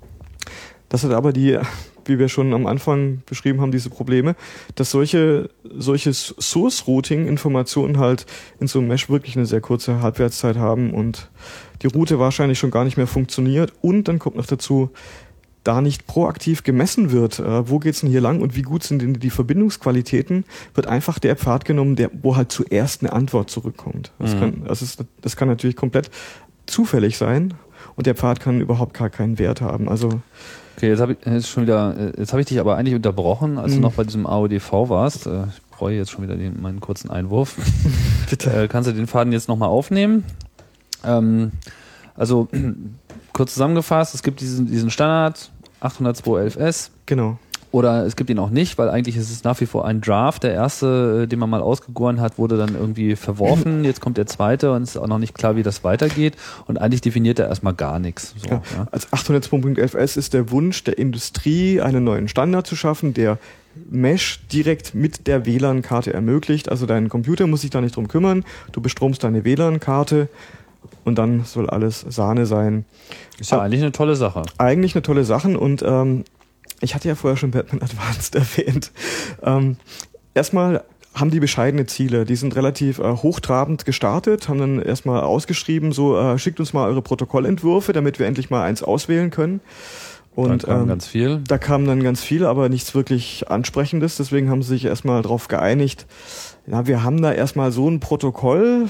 Das hat aber die, wie wir schon am Anfang beschrieben haben, diese Probleme, dass solche, solches Source Routing Informationen halt in so einem Mesh wirklich eine sehr kurze Halbwertszeit haben und die Route wahrscheinlich schon gar nicht mehr funktioniert. Und dann kommt noch dazu, da nicht proaktiv gemessen wird, äh, wo geht's denn hier lang und wie gut sind denn die Verbindungsqualitäten, wird einfach der Pfad genommen, der, wo halt zuerst eine Antwort zurückkommt. Das, mhm. kann, das, ist, das kann natürlich komplett zufällig sein und der Pfad kann überhaupt gar keinen Wert haben. Also okay, jetzt habe ich jetzt schon wieder, jetzt habe ich dich aber eigentlich unterbrochen, als mhm. du noch bei diesem A O D V warst. Ich bereue jetzt schon wieder den, meinen kurzen Einwurf. Bitte. Äh, kannst du den Faden jetzt nochmal aufnehmen? Ähm, also kurz zusammengefasst, es gibt diesen, diesen Standard achthundertzwei Punkt elf S. Genau. Oder es gibt ihn auch nicht, weil eigentlich ist es nach wie vor ein Draft. Der erste, den man mal ausgegoren hat, wurde dann irgendwie verworfen. Jetzt kommt der zweite und es ist auch noch nicht klar, wie das weitergeht. Und eigentlich definiert er erstmal gar nichts. So, ja. Ja. Als achthundertzwei Punkt elf S ist der Wunsch der Industrie, einen neuen Standard zu schaffen, der Mesh direkt mit der W L A N-Karte ermöglicht. Also dein Computer muss sich da nicht drum kümmern. Du bestromst deine W L A N-Karte. Und dann soll alles Sahne sein. Ist ja Aber eigentlich eine tolle Sache. Eigentlich eine tolle Sache. Und ähm, ich hatte ja vorher schon Batman Advanced erwähnt. Ähm, erstmal haben die bescheidene Ziele. Die sind relativ äh, hochtrabend gestartet, haben dann erstmal ausgeschrieben, so äh, schickt uns mal eure Protokollentwürfe, damit wir endlich mal eins auswählen können. Und da kam ähm, ganz viel. Da kam dann ganz viel, aber nichts wirklich Ansprechendes. Deswegen haben sie sich erstmal darauf geeinigt, ja, wir haben da erstmal so ein Protokoll,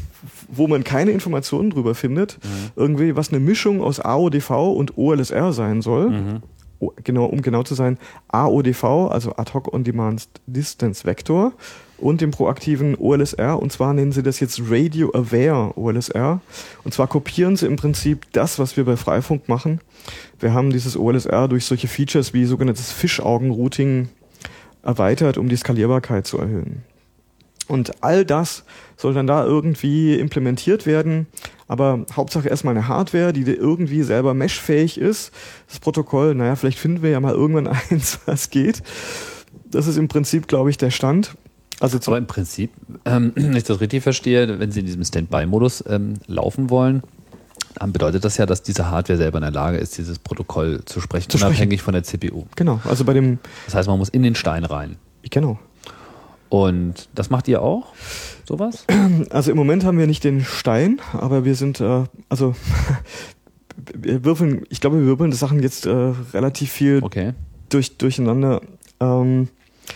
wo man keine Informationen drüber findet, mhm. irgendwie was eine Mischung aus A O D V und O L S R sein soll. Mhm. O, genau, um genau zu sein, A O D V, also Ad Hoc On Demand Distance Vector, und dem proaktiven O L S R, und zwar nennen sie das jetzt Radio Aware O L S R. Und zwar kopieren sie im Prinzip das, was wir bei Freifunk machen. Wir haben dieses O L S R durch solche Features wie sogenanntes Fischaugen-Routing erweitert, um die Skalierbarkeit zu erhöhen. Und all das soll dann da irgendwie implementiert werden, aber Hauptsache erstmal eine Hardware, die irgendwie selber meshfähig ist. Das Protokoll, naja, vielleicht finden wir ja mal irgendwann eins, was geht. Das ist im Prinzip, glaube ich, der Stand. Also aber im Prinzip, ähm, wenn ich das richtig verstehe, wenn Sie in diesem Standby-Modus ähm, laufen wollen, dann bedeutet das ja, dass diese Hardware selber in der Lage ist, dieses Protokoll zu sprechen, zu unabhängig sprechen. von der C P U. Genau, also bei dem... Das heißt, man muss in den Stein rein. Genau. Und das macht ihr auch, sowas? Also im Moment haben wir nicht den Stein, aber wir sind, äh, also wir würfeln, ich glaube, wir würfeln die Sachen jetzt äh, relativ viel okay. durch, durcheinander. Ähm,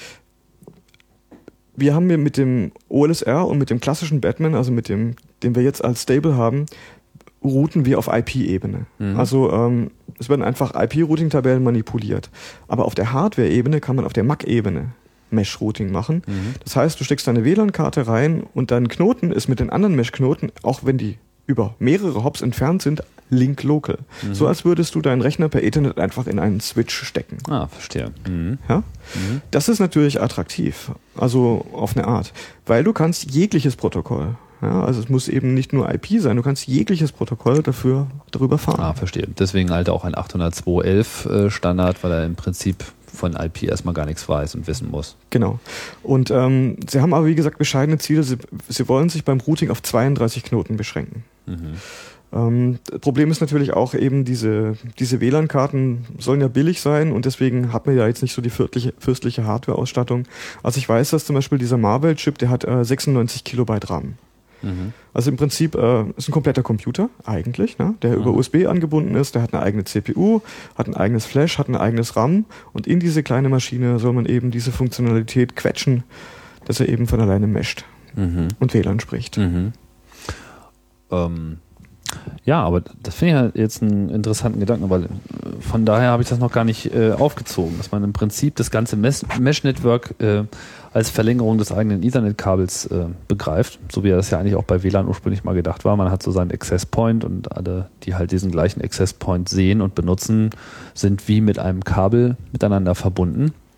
wir haben mit dem O L S R und mit dem klassischen Batman, also mit dem, den wir jetzt als Stable haben, routen wir auf I P-Ebene. Mhm. Also ähm, es werden einfach I P-Routing-Tabellen manipuliert. Aber auf der Hardware-Ebene kann man auf der M A C-Ebene Mesh-Routing machen. Mhm. Das heißt, du steckst deine W L A N-Karte rein und dein Knoten ist mit den anderen Mesh-Knoten, auch wenn die über mehrere Hops entfernt sind, link local. Mhm. So als würdest du deinen Rechner per Ethernet einfach in einen Switch stecken. Ah, verstehe. Mhm. Ja? Mhm. Das ist natürlich attraktiv, also auf eine Art, weil du kannst jegliches Protokoll, ja, also es muss eben nicht nur I P sein, du kannst jegliches Protokoll dafür darüber fahren. Ah, verstehe. Deswegen halt auch ein achthundertzwei Punkt elf äh, Standard, weil er im Prinzip von I P erstmal gar nichts weiß und wissen muss. Genau. Und ähm, sie haben aber, wie gesagt, bescheidene Ziele. Sie, sie wollen sich beim Routing auf zweiunddreißig Knoten beschränken. Mhm. Ähm, das Problem ist natürlich auch eben, diese, diese W L A N-Karten sollen ja billig sein und deswegen hat man ja jetzt nicht so die fürstliche, fürstliche Hardware-Ausstattung. Also ich weiß, dass zum Beispiel dieser Marvell-Chip, der hat äh, sechsundneunzig Kilobyte RAM. Mhm. Also im Prinzip äh, ist ein kompletter Computer eigentlich, ne, der mhm. über U S B angebunden ist, der hat eine eigene C P U, hat ein eigenes Flash, hat ein eigenes RAM und in diese kleine Maschine soll man eben diese Funktionalität quetschen, dass er eben von alleine mescht mhm. und W L A N spricht. Mhm. Ähm, ja, aber das finde ich halt jetzt einen interessanten Gedanken, weil von daher habe ich das noch gar nicht äh, aufgezogen, dass man im Prinzip das ganze Mesh-Network äh, als Verlängerung des eigenen Ethernet-Kabels äh, begreift, so wie das ja eigentlich auch bei W L A N ursprünglich mal gedacht war. Man hat so seinen Access Point und alle, die halt diesen gleichen Access Point sehen und benutzen, sind wie mit einem Kabel miteinander verbunden.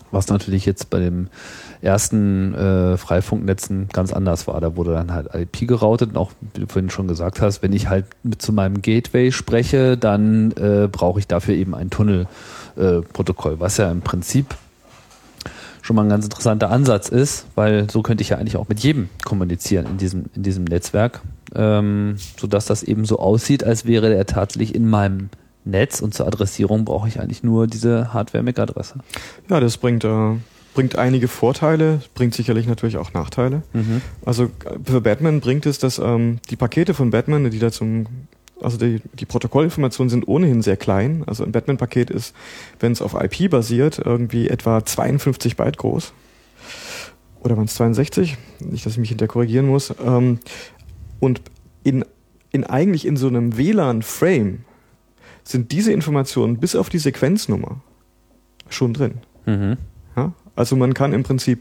Was natürlich jetzt bei den ersten äh, Freifunknetzen ganz anders war. Da wurde dann halt I P geroutet und auch, wie du vorhin schon gesagt hast, wenn ich halt mit zu meinem Gateway spreche, dann äh, brauche ich dafür eben ein Tunnelprotokoll, äh, was ja im Prinzip schon mal ein ganz interessanter Ansatz ist, weil so könnte ich ja eigentlich auch mit jedem kommunizieren in diesem, in diesem Netzwerk, ähm, sodass das eben so aussieht, als wäre der tatsächlich in meinem Netz, und zur Adressierung brauche ich eigentlich nur diese Hardware-M A C-Adresse. Ja, das bringt, äh, bringt einige Vorteile, bringt sicherlich natürlich auch Nachteile. Mhm. Also für Batman bringt es, dass ähm, die Pakete von Batman, die da zum, also die, die Protokollinformationen sind ohnehin sehr klein. Also ein Batman-Paket ist, wenn es auf I P basiert, irgendwie etwa zweiundfünfzig Byte groß. Oder waren es zweiundsechzig? Nicht, dass ich mich hinterher korrigieren muss. Ähm, und in, in eigentlich in so einem W L A N-Frame sind diese Informationen bis auf die Sequenznummer schon drin. Mhm. Ja? Also man kann im Prinzip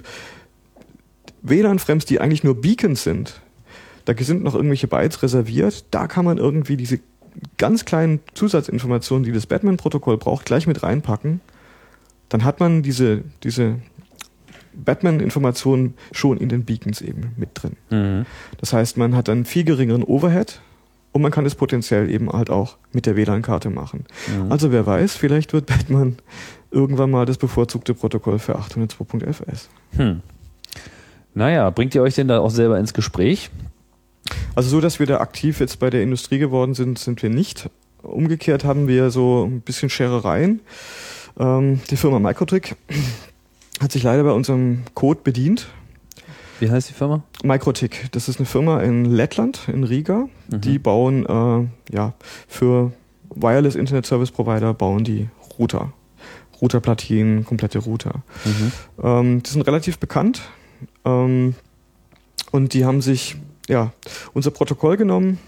W L A N-Frames, die eigentlich nur Beacons sind, da sind noch irgendwelche Bytes reserviert, da kann man irgendwie diese ganz kleinen Zusatzinformationen, die das Batman-Protokoll braucht, gleich mit reinpacken. Dann hat man diese, diese Batman-Informationen schon in den Beacons eben mit drin. Mhm. Das heißt, man hat dann viel geringeren Overhead. Und man kann es potenziell eben halt auch mit der W L A N-Karte machen. Mhm. Also wer weiß, vielleicht wird Batman irgendwann mal das bevorzugte Protokoll für achthundertzwei Punkt elf S. Hm. Naja, bringt ihr euch denn da auch selber ins Gespräch? Also so, dass wir da aktiv jetzt bei der Industrie geworden sind, sind wir nicht. Umgekehrt haben wir so ein bisschen Scherereien. Ähm, die Firma Microtik hat sich leider bei unserem Code bedient. Wie heißt die Firma? Microtik. Das ist eine Firma in Lettland, in Riga. Mhm. Die bauen äh, ja für Wireless Internet Service Provider bauen die Router. Routerplatinen, komplette Router. Mhm. Ähm, die sind relativ bekannt. Ähm, und die haben sich ja unser Protokoll genommen,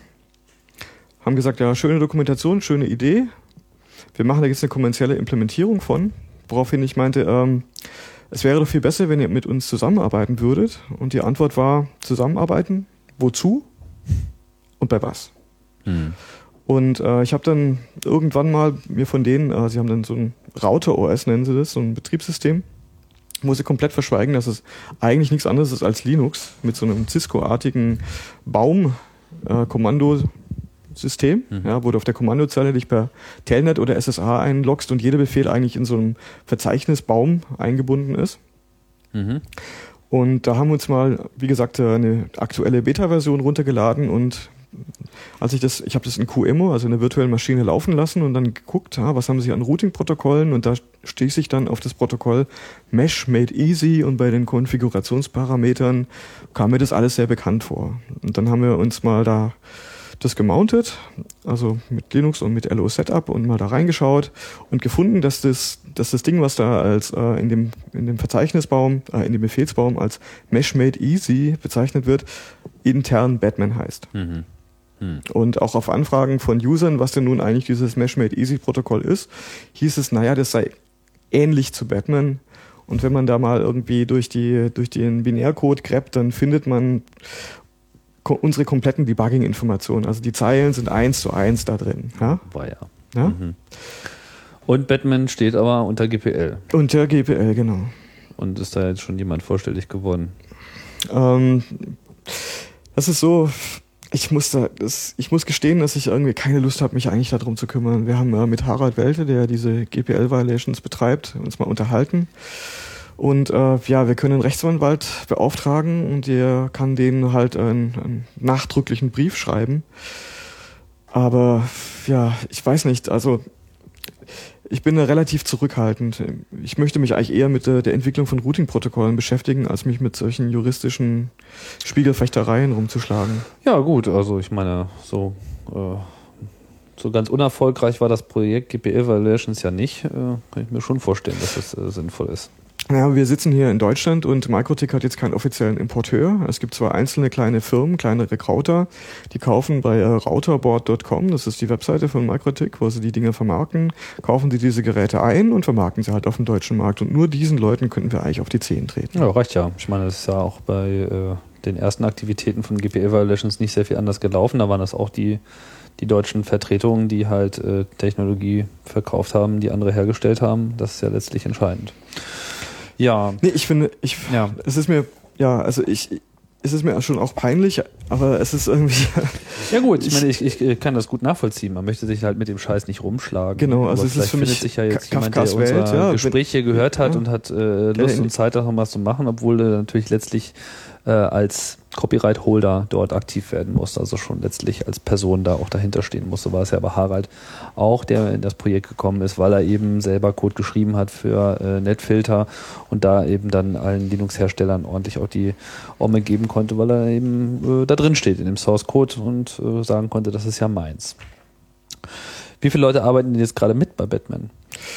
haben gesagt, ja, schöne Dokumentation, schöne Idee. Wir machen da jetzt eine kommerzielle Implementierung von. Woraufhin ich meinte, ähm, es wäre doch viel besser, wenn ihr mit uns zusammenarbeiten würdet. Und die Antwort war, zusammenarbeiten? Wozu? Und bei was? Hm. Und äh, ich habe dann irgendwann mal mir von denen, äh, sie haben dann so ein Router-O S, nennen sie das, so ein Betriebssystem, wo sie komplett verschweigen, dass es eigentlich nichts anderes ist als Linux mit so einem Cisco-artigen Baum-Kommando- äh, System, mhm. ja, wo du auf der Kommandozeile dich per Telnet oder S S A einloggst und jeder Befehl eigentlich in so einem Verzeichnisbaum eingebunden ist. Mhm. Und da haben wir uns mal, wie gesagt, eine aktuelle Beta-Version runtergeladen und als ich das, ich habe das in Q E M O, also in der virtuellen Maschine, laufen lassen und dann geguckt, ja, was haben sie an Routing-Protokollen, und da stieß ich dann auf das Protokoll Mesh Made Easy, und bei den Konfigurationsparametern kam mir das alles sehr bekannt vor. Und dann haben wir uns mal da das gemountet, also mit Linux und mit L O Setup, und mal da reingeschaut und gefunden, dass das, dass das Ding, was da als äh, in dem in dem Verzeichnisbaum, äh, in dem Befehlsbaum als Mesh Made Easy bezeichnet wird, intern Batman heißt. Mhm. Mhm. Und auch auf Anfragen von Usern, was denn nun eigentlich dieses Mesh Made Easy Protokoll ist, hieß es, naja, das sei ähnlich zu Batman. Und wenn man da mal irgendwie durch die durch den Binärcode gräbt, dann findet man unsere kompletten Debugging-Informationen. Also die Zeilen sind eins zu eins da drin. Ja? War ja. ja? Mhm. Und Batman steht aber unter G P L. Unter G P L, genau. Und ist da jetzt schon jemand vorstellig geworden? Ähm, das ist so, ich muss da, das, ich muss gestehen, dass ich irgendwie keine Lust habe, mich eigentlich darum zu kümmern. Wir haben äh, mit Harald Welte, der diese G P L-Violations betreibt, uns mal unterhalten. Und äh, ja, wir können einen Rechtsanwalt beauftragen und der kann denen halt einen, einen nachdrücklichen Brief schreiben. Aber ja, ich weiß nicht, also ich bin da relativ zurückhaltend. Ich möchte mich eigentlich eher mit der, der Entwicklung von Routing-Protokollen beschäftigen, als mich mit solchen juristischen Spiegelfechtereien rumzuschlagen. Ja gut, also ich meine, so, äh, so ganz unerfolgreich war das Projekt G P L-Violations ja nicht. Äh, kann ich mir schon vorstellen, dass das äh, sinnvoll ist. Ja, wir sitzen hier in Deutschland und Microtik hat jetzt keinen offiziellen Importeur. Es gibt zwar einzelne kleine Firmen, kleinere Krauter, die kaufen bei äh, routerboard Punkt com, das ist die Webseite von Microtik, wo sie die Dinge vermarkten, kaufen sie diese Geräte ein und vermarkten sie halt auf dem deutschen Markt. Und nur diesen Leuten könnten wir eigentlich auf die Zehen treten. Ja, reicht ja. Ich meine, das ist ja auch bei äh, den ersten Aktivitäten von G P L-Violations nicht sehr viel anders gelaufen. Da waren das auch die, die deutschen Vertretungen, die halt äh, Technologie verkauft haben, die andere hergestellt haben. Das ist ja letztlich entscheidend. Ja. Nee, ich finde, ich, Ja. es ist mir, ja, also ich, es ist mir schon auch peinlich, aber es ist irgendwie. Ja gut, ich meine, ich, ich kann das gut nachvollziehen. Man möchte sich halt mit dem Scheiß nicht rumschlagen. Genau, also aber es ist für findet mich sich ja jetzt Ka- jemand, der Kafkas unser Welt, ja, Gespräch hier gehört hat ja. und hat äh, Lust Ja, und Zeit, da noch was zu machen, obwohl er natürlich letztlich äh, als Copyright-Holder dort aktiv werden musste, also schon letztlich als Person da auch dahinter stehen musste. War es ja bei Harald auch, der in das Projekt gekommen ist, weil er eben selber Code geschrieben hat für äh, Netfilter und da eben dann allen Linux-Herstellern ordentlich auch die Omme geben konnte, weil er eben äh, da drin steht in dem Source-Code und äh, sagen konnte, das ist ja meins. Wie viele Leute arbeiten denn jetzt gerade mit bei Batman?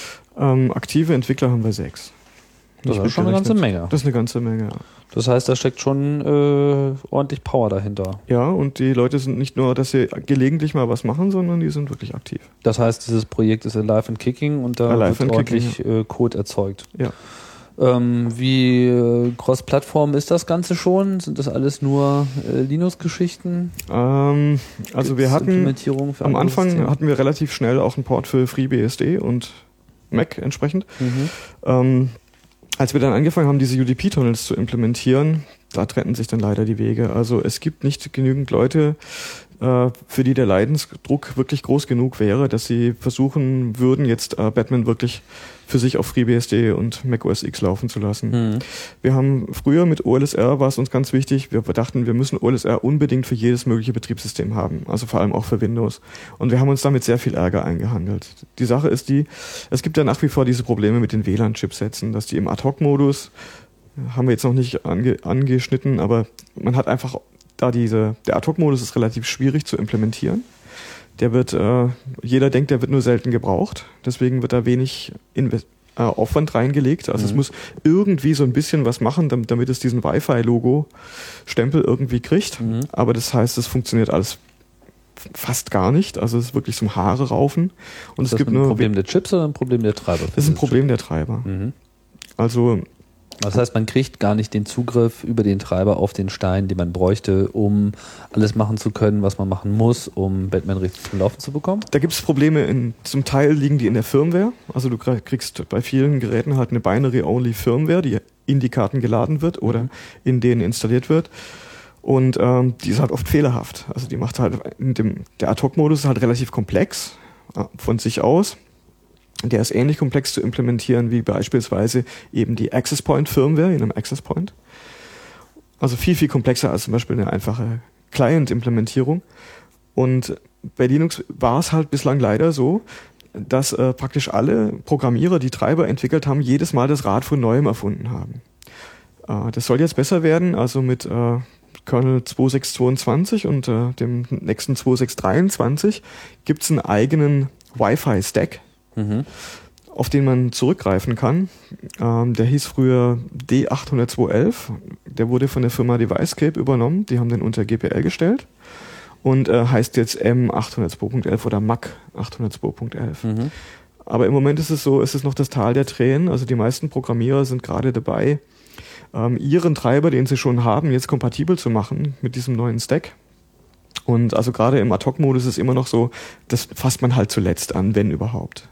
Ähm, aktive Entwickler haben wir sechs. Das Nicht ist schon eine ganze mitgerechnet. Menge. Das ist eine ganze Menge, ja. Das heißt, da steckt schon äh, ordentlich Power dahinter. Ja, und die Leute sind nicht nur, dass sie gelegentlich mal was machen, sondern die sind wirklich aktiv. Das heißt, dieses Projekt ist alive and kicking und da Alive wird and ordentlich kicking, äh, Code erzeugt. Ja. Ähm, wie äh, cross-Plattform ist das Ganze schon? Sind das alles nur äh, Linux-Geschichten? Ähm, also wir Gibt's hatten, Implementierung für am andere Anfang Systeme? hatten wir relativ schnell auch einen Port für FreeBSD und Mac entsprechend. Mhm. Ähm, als wir dann angefangen haben, diese U D P-Tunnels zu implementieren, da trennten sich dann leider die Wege. Also es gibt nicht genügend Leute, äh, für die der Leidensdruck wirklich groß genug wäre, dass sie versuchen würden, jetzt äh, Batman wirklich für sich auf FreeBSD und Mac O S X laufen zu lassen. Mhm. Wir haben früher mit O L S R, war es uns ganz wichtig, wir dachten, wir müssen O L S R unbedingt für jedes mögliche Betriebssystem haben, also vor allem auch für Windows. Und wir haben uns damit sehr viel Ärger eingehandelt. Die Sache ist die, es gibt ja nach wie vor diese Probleme mit den W L A N-Chipsätzen, dass die im Ad-Hoc-Modus, haben wir jetzt noch nicht ange, angeschnitten, aber man hat einfach da diese, der Ad-Hoc-Modus ist relativ schwierig zu implementieren. Der wird, äh, jeder denkt, der wird nur selten gebraucht. Deswegen wird da wenig Inve- äh, Aufwand reingelegt. Also mhm. es muss irgendwie so ein bisschen was machen, damit, damit es diesen Wi-Fi-Logo-Stempel irgendwie kriegt. Mhm. Aber das heißt, es funktioniert alles fast gar nicht. Also es ist wirklich zum Haare raufen. Und Ist es das gibt ein nur Problem der Chips oder ein Problem der Treiber? Das ist ein Problem der Treiber. Mhm. Also Das heißt, man kriegt gar nicht den Zugriff über den Treiber auf den Stein, den man bräuchte, um alles machen zu können, was man machen muss, um Batman richtig zum Laufen zu bekommen? Da gibt es Probleme, in, zum Teil liegen die in der Firmware. Also du kriegst bei vielen Geräten halt eine Binary-Only Firmware, die in die Karten geladen wird oder in denen installiert wird. Und ähm, die ist halt oft fehlerhaft. Also die macht halt, in dem, der Ad-Hoc-Modus ist halt relativ komplex äh, von sich aus. Der ist ähnlich komplex zu implementieren wie beispielsweise eben die Access Point Firmware in einem Access Point. Also viel, viel komplexer als zum Beispiel eine einfache Client-Implementierung. Und bei Linux war es halt bislang leider so, dass äh, praktisch alle Programmierer, die Treiber entwickelt haben, jedes Mal das Rad von neuem erfunden haben. Äh, das soll jetzt besser werden, also mit äh, Kernel zwei Punkt sechs zweiundzwanzig und äh, dem nächsten zwei Punkt sechs dreiundzwanzig gibt es einen eigenen Wi-Fi-Stack, Mhm. auf den man zurückgreifen kann. Ähm, der hieß früher D achthundertzwölf. Der wurde von der Firma Devicescape übernommen. Die haben den unter G P L gestellt und äh, heißt jetzt M achthundertzwei Punkt elf oder M A C achthundertzwei Punkt elf. Mhm. Aber im Moment ist es so, es ist noch das Tal der Tränen. Also die meisten Programmierer sind gerade dabei, ähm, ihren Treiber, den sie schon haben, jetzt kompatibel zu machen mit diesem neuen Stack. Und also gerade im Ad-Hoc-Modus ist es immer noch so, das fasst man halt zuletzt an, wenn überhaupt.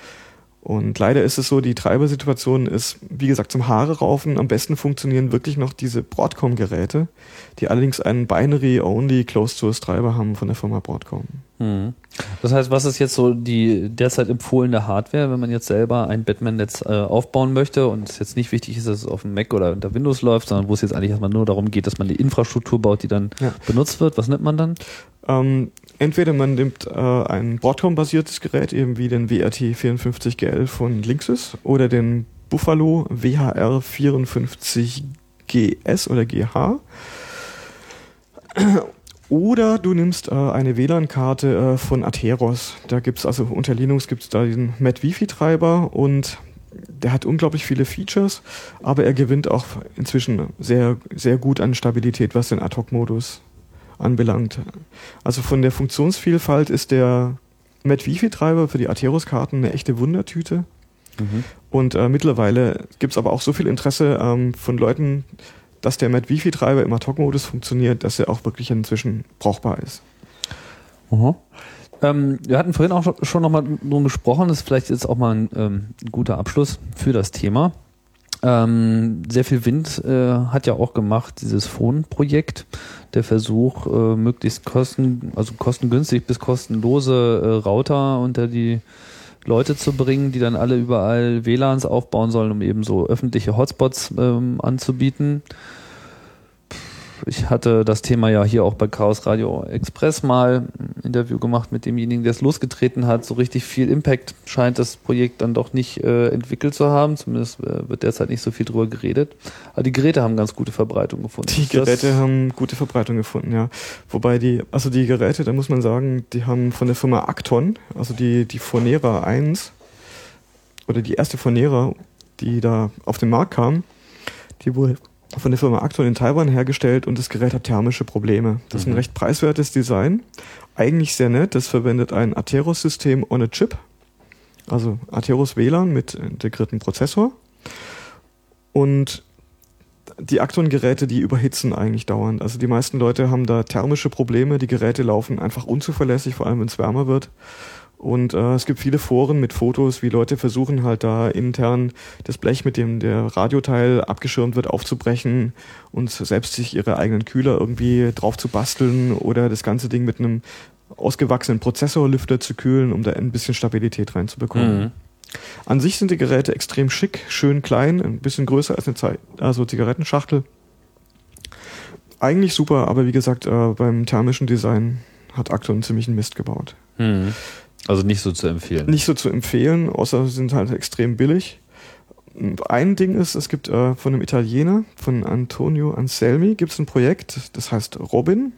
Und leider ist es so, die Treibersituation ist, wie gesagt, zum Haare raufen. Am besten funktionieren wirklich noch diese Broadcom-Geräte, die allerdings einen Binary-Only Closed-Source-Treiber haben von der Firma Broadcom. Mhm. Das heißt, was ist jetzt so die derzeit empfohlene Hardware, wenn man jetzt selber ein Batman-Netz äh, aufbauen möchte und es jetzt nicht wichtig ist, dass es auf dem Mac oder unter Windows läuft, sondern wo es jetzt eigentlich erstmal nur darum geht, dass man die Infrastruktur baut, die dann ja. benutzt wird. Was nimmt man dann? Ähm, entweder man nimmt äh, ein Broadcom-basiertes Gerät, eben wie den W R T vierundfünfzig G L von Linksys oder den Buffalo W H R vierundfünfzig G S oder G H. Oder du nimmst äh, eine W L A N-Karte äh, von Atheros. Da gibt's also unter Linux gibt's da den MadWiFi-Treiber und der hat unglaublich viele Features, aber er gewinnt auch inzwischen sehr, sehr gut an Stabilität, was den Ad-Hoc-Modus anbelangt. Also von der Funktionsvielfalt ist der MadWiFi-Treiber für die Atheros-Karten eine echte Wundertüte. Mhm. Und äh, mittlerweile gibt's aber auch so viel Interesse ähm, von Leuten, dass der MadWiFi-Treiber im Ad-Hoc-Modus funktioniert, dass er auch wirklich inzwischen brauchbar ist. Uh-huh. Ähm, wir hatten vorhin auch schon nochmal drum gesprochen, das ist vielleicht jetzt auch mal ein, ähm, ein guter Abschluss für das Thema. Ähm, sehr viel Wind äh, hat ja auch gemacht, dieses Phone-Projekt. Der Versuch, äh, möglichst kosten, also kostengünstig bis kostenlose äh, Router unter die Leute zu bringen, die dann alle überall W L A Ns aufbauen sollen, um eben so öffentliche Hotspots ähm, anzubieten. Ich hatte das Thema ja hier auch bei Chaos Radio Express mal ein Interview gemacht mit demjenigen, der es losgetreten hat. So richtig viel Impact scheint das Projekt dann doch nicht äh, entwickelt zu haben. Zumindest äh, wird derzeit nicht so viel drüber geredet. Aber die Geräte haben ganz gute Verbreitung gefunden. Die Geräte das haben gute Verbreitung gefunden, ja. Wobei die, also die Geräte, da muss man sagen, die haben von der Firma Acton, also die, die Phonera eins, oder die erste Phonera, die da auf den Markt kam, die wohl von der Firma Acton in Taiwan hergestellt und das Gerät hat thermische Probleme. Das mhm. ist ein recht preiswertes Design. Eigentlich sehr nett. Das verwendet ein Atheros-System on a Chip. Also Atheros W L A N mit integriertem Prozessor. Und die Acton-Geräte, die überhitzen eigentlich dauernd. Also die meisten Leute haben da thermische Probleme. Die Geräte laufen einfach unzuverlässig, vor allem wenn es wärmer wird. Und äh, es gibt viele Foren mit Fotos, wie Leute versuchen halt da intern das Blech, mit dem der Radioteil abgeschirmt wird, aufzubrechen und selbst sich ihre eigenen Kühler irgendwie drauf zu basteln oder das ganze Ding mit einem ausgewachsenen Prozessorlüfter zu kühlen, um da ein bisschen Stabilität reinzubekommen. Mhm. An sich sind die Geräte extrem schick, schön klein, ein bisschen größer als eine Zeit, also Zigarettenschachtel. Eigentlich super, aber wie gesagt, äh, beim thermischen Design hat Acton ziemlich einen Mist gebaut. Mhm. Also nicht so zu empfehlen. Nicht so zu empfehlen, außer sie sind halt extrem billig. Ein Ding ist, es gibt äh, von einem Italiener, von Antonio Anselmi, gibt es ein Projekt, das heißt Robin.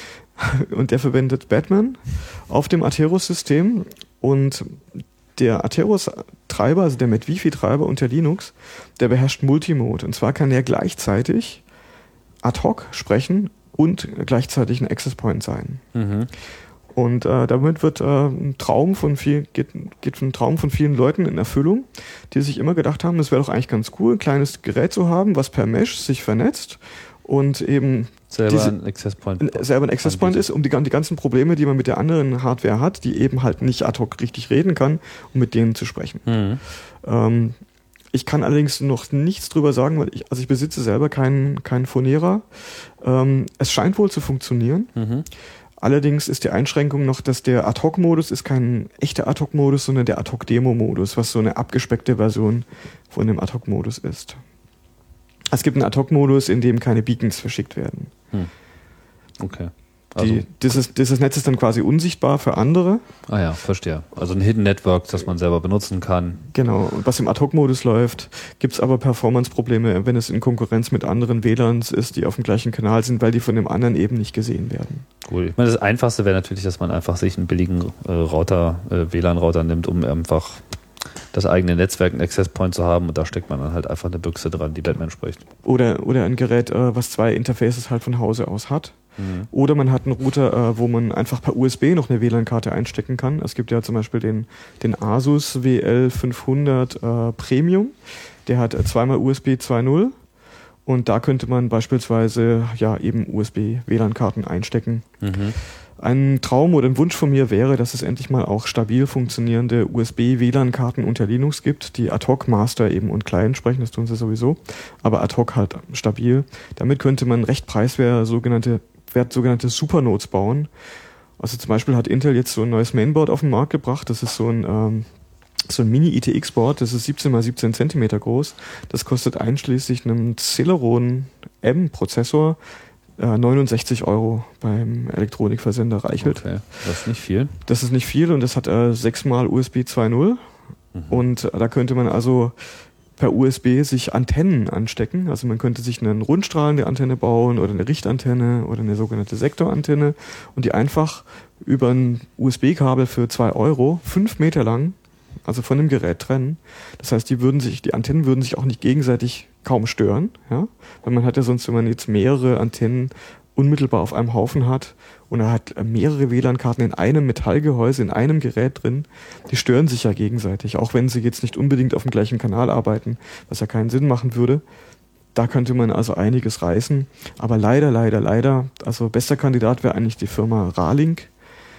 Und der verwendet Batman auf dem Atheros-System. Und der Atheros-Treiber, also der MetWiFi-Treiber unter Linux, der beherrscht Multimode. Und zwar kann er gleichzeitig ad hoc sprechen und gleichzeitig ein Access Point sein. Mhm. Und äh, damit wird äh, ein Traum von viel, geht, geht ein Traum von vielen Leuten in Erfüllung, die sich immer gedacht haben, es wäre doch eigentlich ganz cool, ein kleines Gerät zu haben, was per Mesh sich vernetzt und eben selber diese, ein Access Point, selber ein Access Point ist, um die, die ganzen Probleme, die man mit der anderen Hardware hat, die eben halt nicht ad hoc richtig reden kann, um mit denen zu sprechen. Mhm. Ähm, ich kann allerdings noch nichts drüber sagen, weil ich, also ich besitze selber keinen keinen Phonera. Ähm, es scheint wohl zu funktionieren. Mhm. Allerdings ist die Einschränkung noch, dass der Ad-Hoc-Modus ist kein echter Ad-Hoc-Modus, sondern der Ad-Hoc-Demo-Modus, was so eine abgespeckte Version von dem Ad-Hoc-Modus ist. Es gibt einen Ad-Hoc-Modus, in dem keine Beacons verschickt werden. Hm. Okay. Also die, dieses, dieses Netz ist dann quasi unsichtbar für andere. Ah ja, verstehe. Also ein Hidden Network, das man selber benutzen kann. Genau. Und was im Ad-Hoc-Modus läuft, gibt es aber Performance-Probleme, wenn es in Konkurrenz mit anderen W L A Ns ist, die auf dem gleichen Kanal sind, weil die von dem anderen eben nicht gesehen werden. Cool. Ich meine, das Einfachste wäre natürlich, dass man einfach sich einen billigen äh, Router, äh, W L A N-Router nimmt, um einfach das eigene Netzwerk, einen Access Point zu haben, und da steckt man dann halt einfach eine Büchse dran, die Batman spricht. Oder, oder ein Gerät, äh, was zwei Interfaces halt von Hause aus hat. Mhm. Oder man hat einen Router, äh, wo man einfach per U S B noch eine W L A N-Karte einstecken kann. Es gibt ja zum Beispiel den, den Asus W L fünfhundert äh, Premium. Der hat äh, zweimal U S B zwei Punkt null. Und da könnte man beispielsweise ja eben U S B-W L A N-Karten einstecken. Mhm. Ein Traum oder ein Wunsch von mir wäre, dass es endlich mal auch stabil funktionierende U S B-W L A N-Karten unter Linux gibt, die ad hoc Master eben und Client sprechen, das tun sie sowieso, aber ad hoc halt stabil. Damit könnte man recht preiswert sogenannte, wert sogenannte Supernodes bauen. Also zum Beispiel hat Intel jetzt so ein neues Mainboard auf den Markt gebracht, das ist so ein ähm, so ein Mini-I T X-Board, das ist siebzehn mal siebzehn Zentimeter groß. Das kostet einschließlich einem Celeron M-Prozessor äh, neunundsechzig Euro beim Elektronikversender Reichelt. Okay, das ist nicht viel. Das ist nicht viel und das hat äh, sechs mal U S B zwei Punkt null. Mhm. Und äh, da könnte man also per U S B sich Antennen anstecken. Also man könnte sich eine rundstrahlende Antenne bauen oder eine Richtantenne oder eine sogenannte Sektorantenne und die einfach über ein U S B-Kabel für zwei Euro fünf Meter lang, also von dem Gerät trennen. Das heißt, die würden sich, die Antennen würden sich auch nicht gegenseitig kaum stören, ja, weil man hat ja sonst, wenn man jetzt mehrere Antennen unmittelbar auf einem Haufen hat und er hat mehrere W L A N-Karten in einem Metallgehäuse, in einem Gerät drin, die stören sich ja gegenseitig, auch wenn sie jetzt nicht unbedingt auf dem gleichen Kanal arbeiten, was ja keinen Sinn machen würde. Da könnte man also einiges reißen, aber leider, leider, leider, also bester Kandidat wäre eigentlich die Firma Ralink.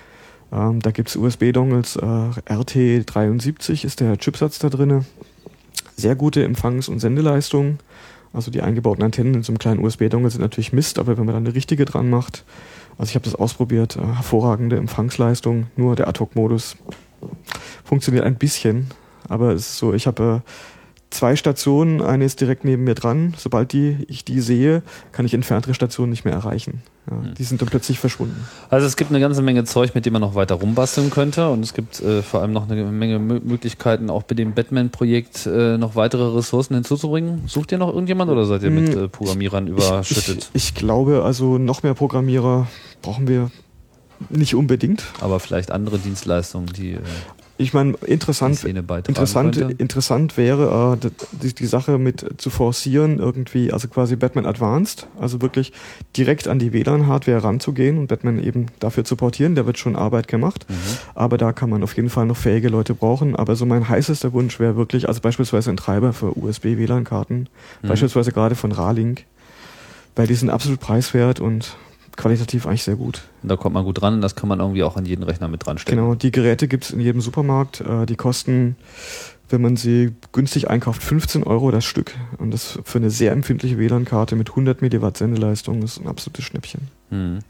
Ähm, da gibt's U S B-Dongles, äh, R T dreiundsiebzig ist der Chipsatz da drinne. sehr gute Empfangs- und Sendeleistung. Also die eingebauten Antennen in so einem kleinen U S B-Dongle sind natürlich Mist, aber wenn man dann eine richtige dran macht, also ich habe das ausprobiert, äh, hervorragende Empfangsleistung, nur der Ad-Hoc-Modus funktioniert ein bisschen, aber es ist so, ich habe äh, zwei Stationen, eine ist direkt neben mir dran, sobald die, ich die sehe, kann ich entferntere Stationen nicht mehr erreichen. Ja, hm. Die sind dann plötzlich verschwunden. Also es gibt eine ganze Menge Zeug, mit dem man noch weiter rumbasteln könnte und es gibt äh, vor allem noch eine Menge M- Möglichkeiten, auch bei dem Batman-Projekt äh, noch weitere Ressourcen hinzuzubringen. Sucht ihr noch irgendjemand oder seid ihr mit äh, Programmierern überschüttet? Ich, ich, ich glaube, also noch mehr Programmierer brauchen wir nicht unbedingt. Aber vielleicht andere Dienstleistungen, die... Äh Ich meine, interessant, interessant, interessant wäre äh, die, die Sache mit zu forcieren irgendwie, also quasi Batman Advanced, also wirklich direkt an die W L A N-Hardware ranzugehen und Batman eben dafür zu portieren, da wird schon Arbeit gemacht, mhm. aber da kann man auf jeden Fall noch fähige Leute brauchen, aber so mein heißester Wunsch wäre wirklich, also beispielsweise ein Treiber für U S B-W L A N-Karten, mhm. beispielsweise gerade von Ralink, weil die sind absolut preiswert und qualitativ eigentlich sehr gut. Und da kommt man gut dran und das kann man irgendwie auch an jeden Rechner mit dran stecken. Genau, die Geräte gibt es in jedem Supermarkt. Äh, die kosten, wenn man sie günstig einkauft, fünfzehn Euro das Stück. Und das für eine sehr empfindliche W L A N-Karte mit hundert Milliwatt Sendeleistung ist ein absolutes Schnäppchen. Hm.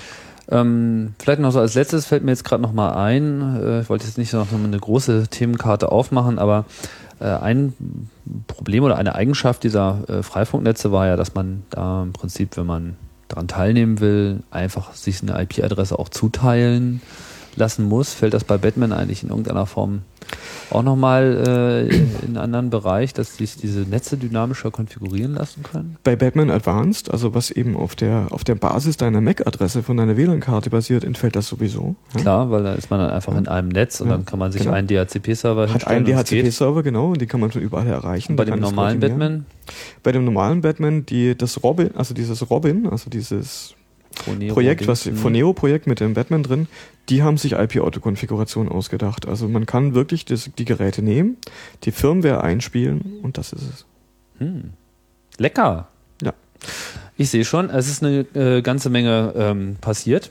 Ähm, vielleicht noch so als letztes fällt mir jetzt gerade noch mal ein, äh, ich wollte jetzt nicht noch eine große Themenkarte aufmachen, aber äh, ein Problem oder eine Eigenschaft dieser äh, Freifunknetze war ja, dass man da im Prinzip, wenn man daran teilnehmen will, einfach sich eine I P-Adresse auch zuteilen lassen muss. Fällt das bei Batman eigentlich in irgendeiner Form auch nochmal äh, in einen anderen Bereich, dass sich diese Netze dynamischer konfigurieren lassen können? Bei Batman Advanced, also was eben auf der auf der Basis deiner M A C-Adresse von deiner W L A N-Karte basiert, entfällt das sowieso. Ja? Klar, weil da ist man dann einfach ja. in einem Netz und ja. dann kann man sich genau. einen D H C P-Server hinstellen. Hat einen D H C P-Server, genau, und den kann man von überall erreichen. Und bei dem normalen Batman? Bei dem normalen Batman, die das Robin, also dieses Robin, also dieses Phoneo Projekt, was Phoneo-Projekt mit dem Batman drin, die haben sich I P-Auto-Konfiguration ausgedacht. Also man kann wirklich das, die Geräte nehmen, die Firmware einspielen und das ist es. Hm. Lecker. Ja. Ich sehe schon, es ist eine äh, ganze Menge ähm, passiert.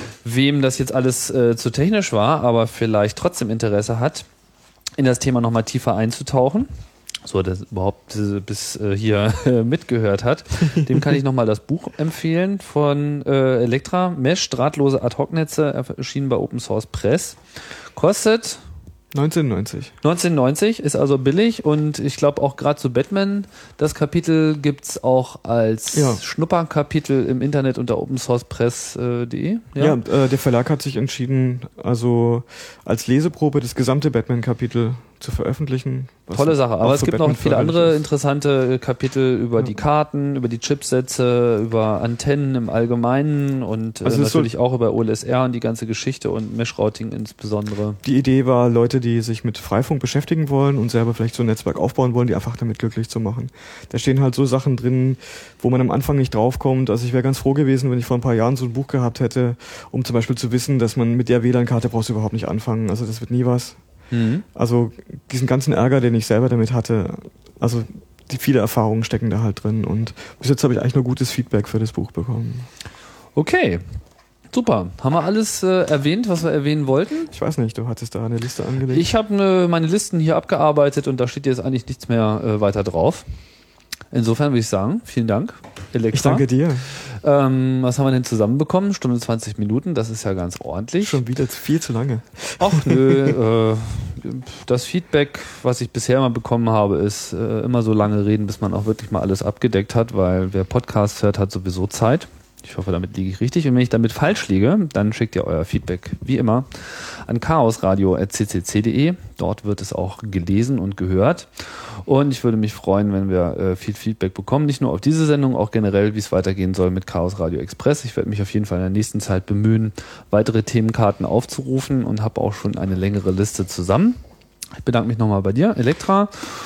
Wem das jetzt alles äh, zu technisch war, aber vielleicht trotzdem Interesse hat, in das Thema nochmal tiefer einzutauchen, so dass überhaupt äh, bis äh, hier äh, mitgehört hat, dem kann ich nochmal das Buch empfehlen von äh, Elektra, Mesh, drahtlose Ad-Hoc-Netze, erschienen bei Open Source Press. Kostet neunzehnhundertneunzig. neunzehnhundertneunzig, ist also billig und ich glaube auch gerade zu Batman, das Kapitel gibt's auch als ja. Schnupperkapitel im Internet unter open source press punkt de. Ja, ja äh, der Verlag hat sich entschieden, also als Leseprobe das gesamte Batman-Kapitel zu veröffentlichen. Tolle Sache, aber es gibt Batman noch viele andere ist. interessante Kapitel über ja. die Karten, über die Chipsätze, über Antennen im Allgemeinen und also äh, natürlich so auch über O L S R und die ganze Geschichte und Mesh-Routing insbesondere. Die Idee war, Leute, die sich mit Freifunk beschäftigen wollen und selber vielleicht so ein Netzwerk aufbauen wollen, die einfach damit glücklich zu machen. Da stehen halt so Sachen drin, wo man am Anfang nicht draufkommt. Also ich wäre ganz froh gewesen, wenn ich vor ein paar Jahren so ein Buch gehabt hätte, um zum Beispiel zu wissen, dass man mit der W L A N-Karte brauchst du überhaupt nicht anfangen. Also das wird nie was. Mhm. Also diesen ganzen Ärger, den ich selber damit hatte, also die viele Erfahrungen stecken da halt drin und bis jetzt habe ich eigentlich nur gutes Feedback für das Buch bekommen. Okay, super. Haben wir alles äh, erwähnt, was wir erwähnen wollten? Ich weiß nicht, du hattest da eine Liste angelegt. Ich habe ne, meine Listen hier abgearbeitet und da steht jetzt eigentlich nichts mehr äh, weiter drauf. Insofern würde ich sagen, vielen Dank, Elektra. Ich danke dir. Ähm, was haben wir denn zusammenbekommen? Stunde zwanzig Minuten, das ist ja ganz ordentlich. Schon wieder viel zu lange. Ach nö, äh, das Feedback, was ich bisher immer bekommen habe, ist äh, immer so lange reden, bis man auch wirklich mal alles abgedeckt hat, weil wer Podcast hört, hat sowieso Zeit. Ich hoffe, damit liege ich richtig. Und wenn ich damit falsch liege, dann schickt ihr euer Feedback wie immer an chaosradio at c c c punkt de. Dort wird es auch gelesen und gehört. Und ich würde mich freuen, wenn wir äh, viel Feedback bekommen. Nicht nur auf diese Sendung, auch generell, wie es weitergehen soll mit Chaos Radio Express. Ich werde mich auf jeden Fall in der nächsten Zeit bemühen, weitere Themenkarten aufzurufen und habe auch schon eine längere Liste zusammen. Ich bedanke mich nochmal bei dir, Elektra.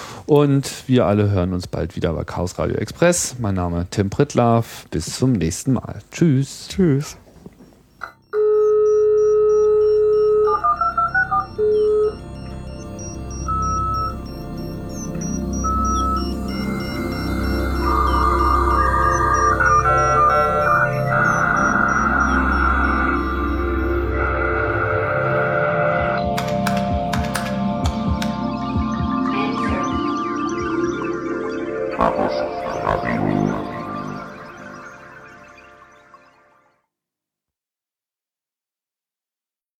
Und wir alle hören uns bald wieder bei Chaos Radio Express. Mein Name Tim Prittlaff. Bis zum nächsten Mal. Tschüss. Tschüss. Partners.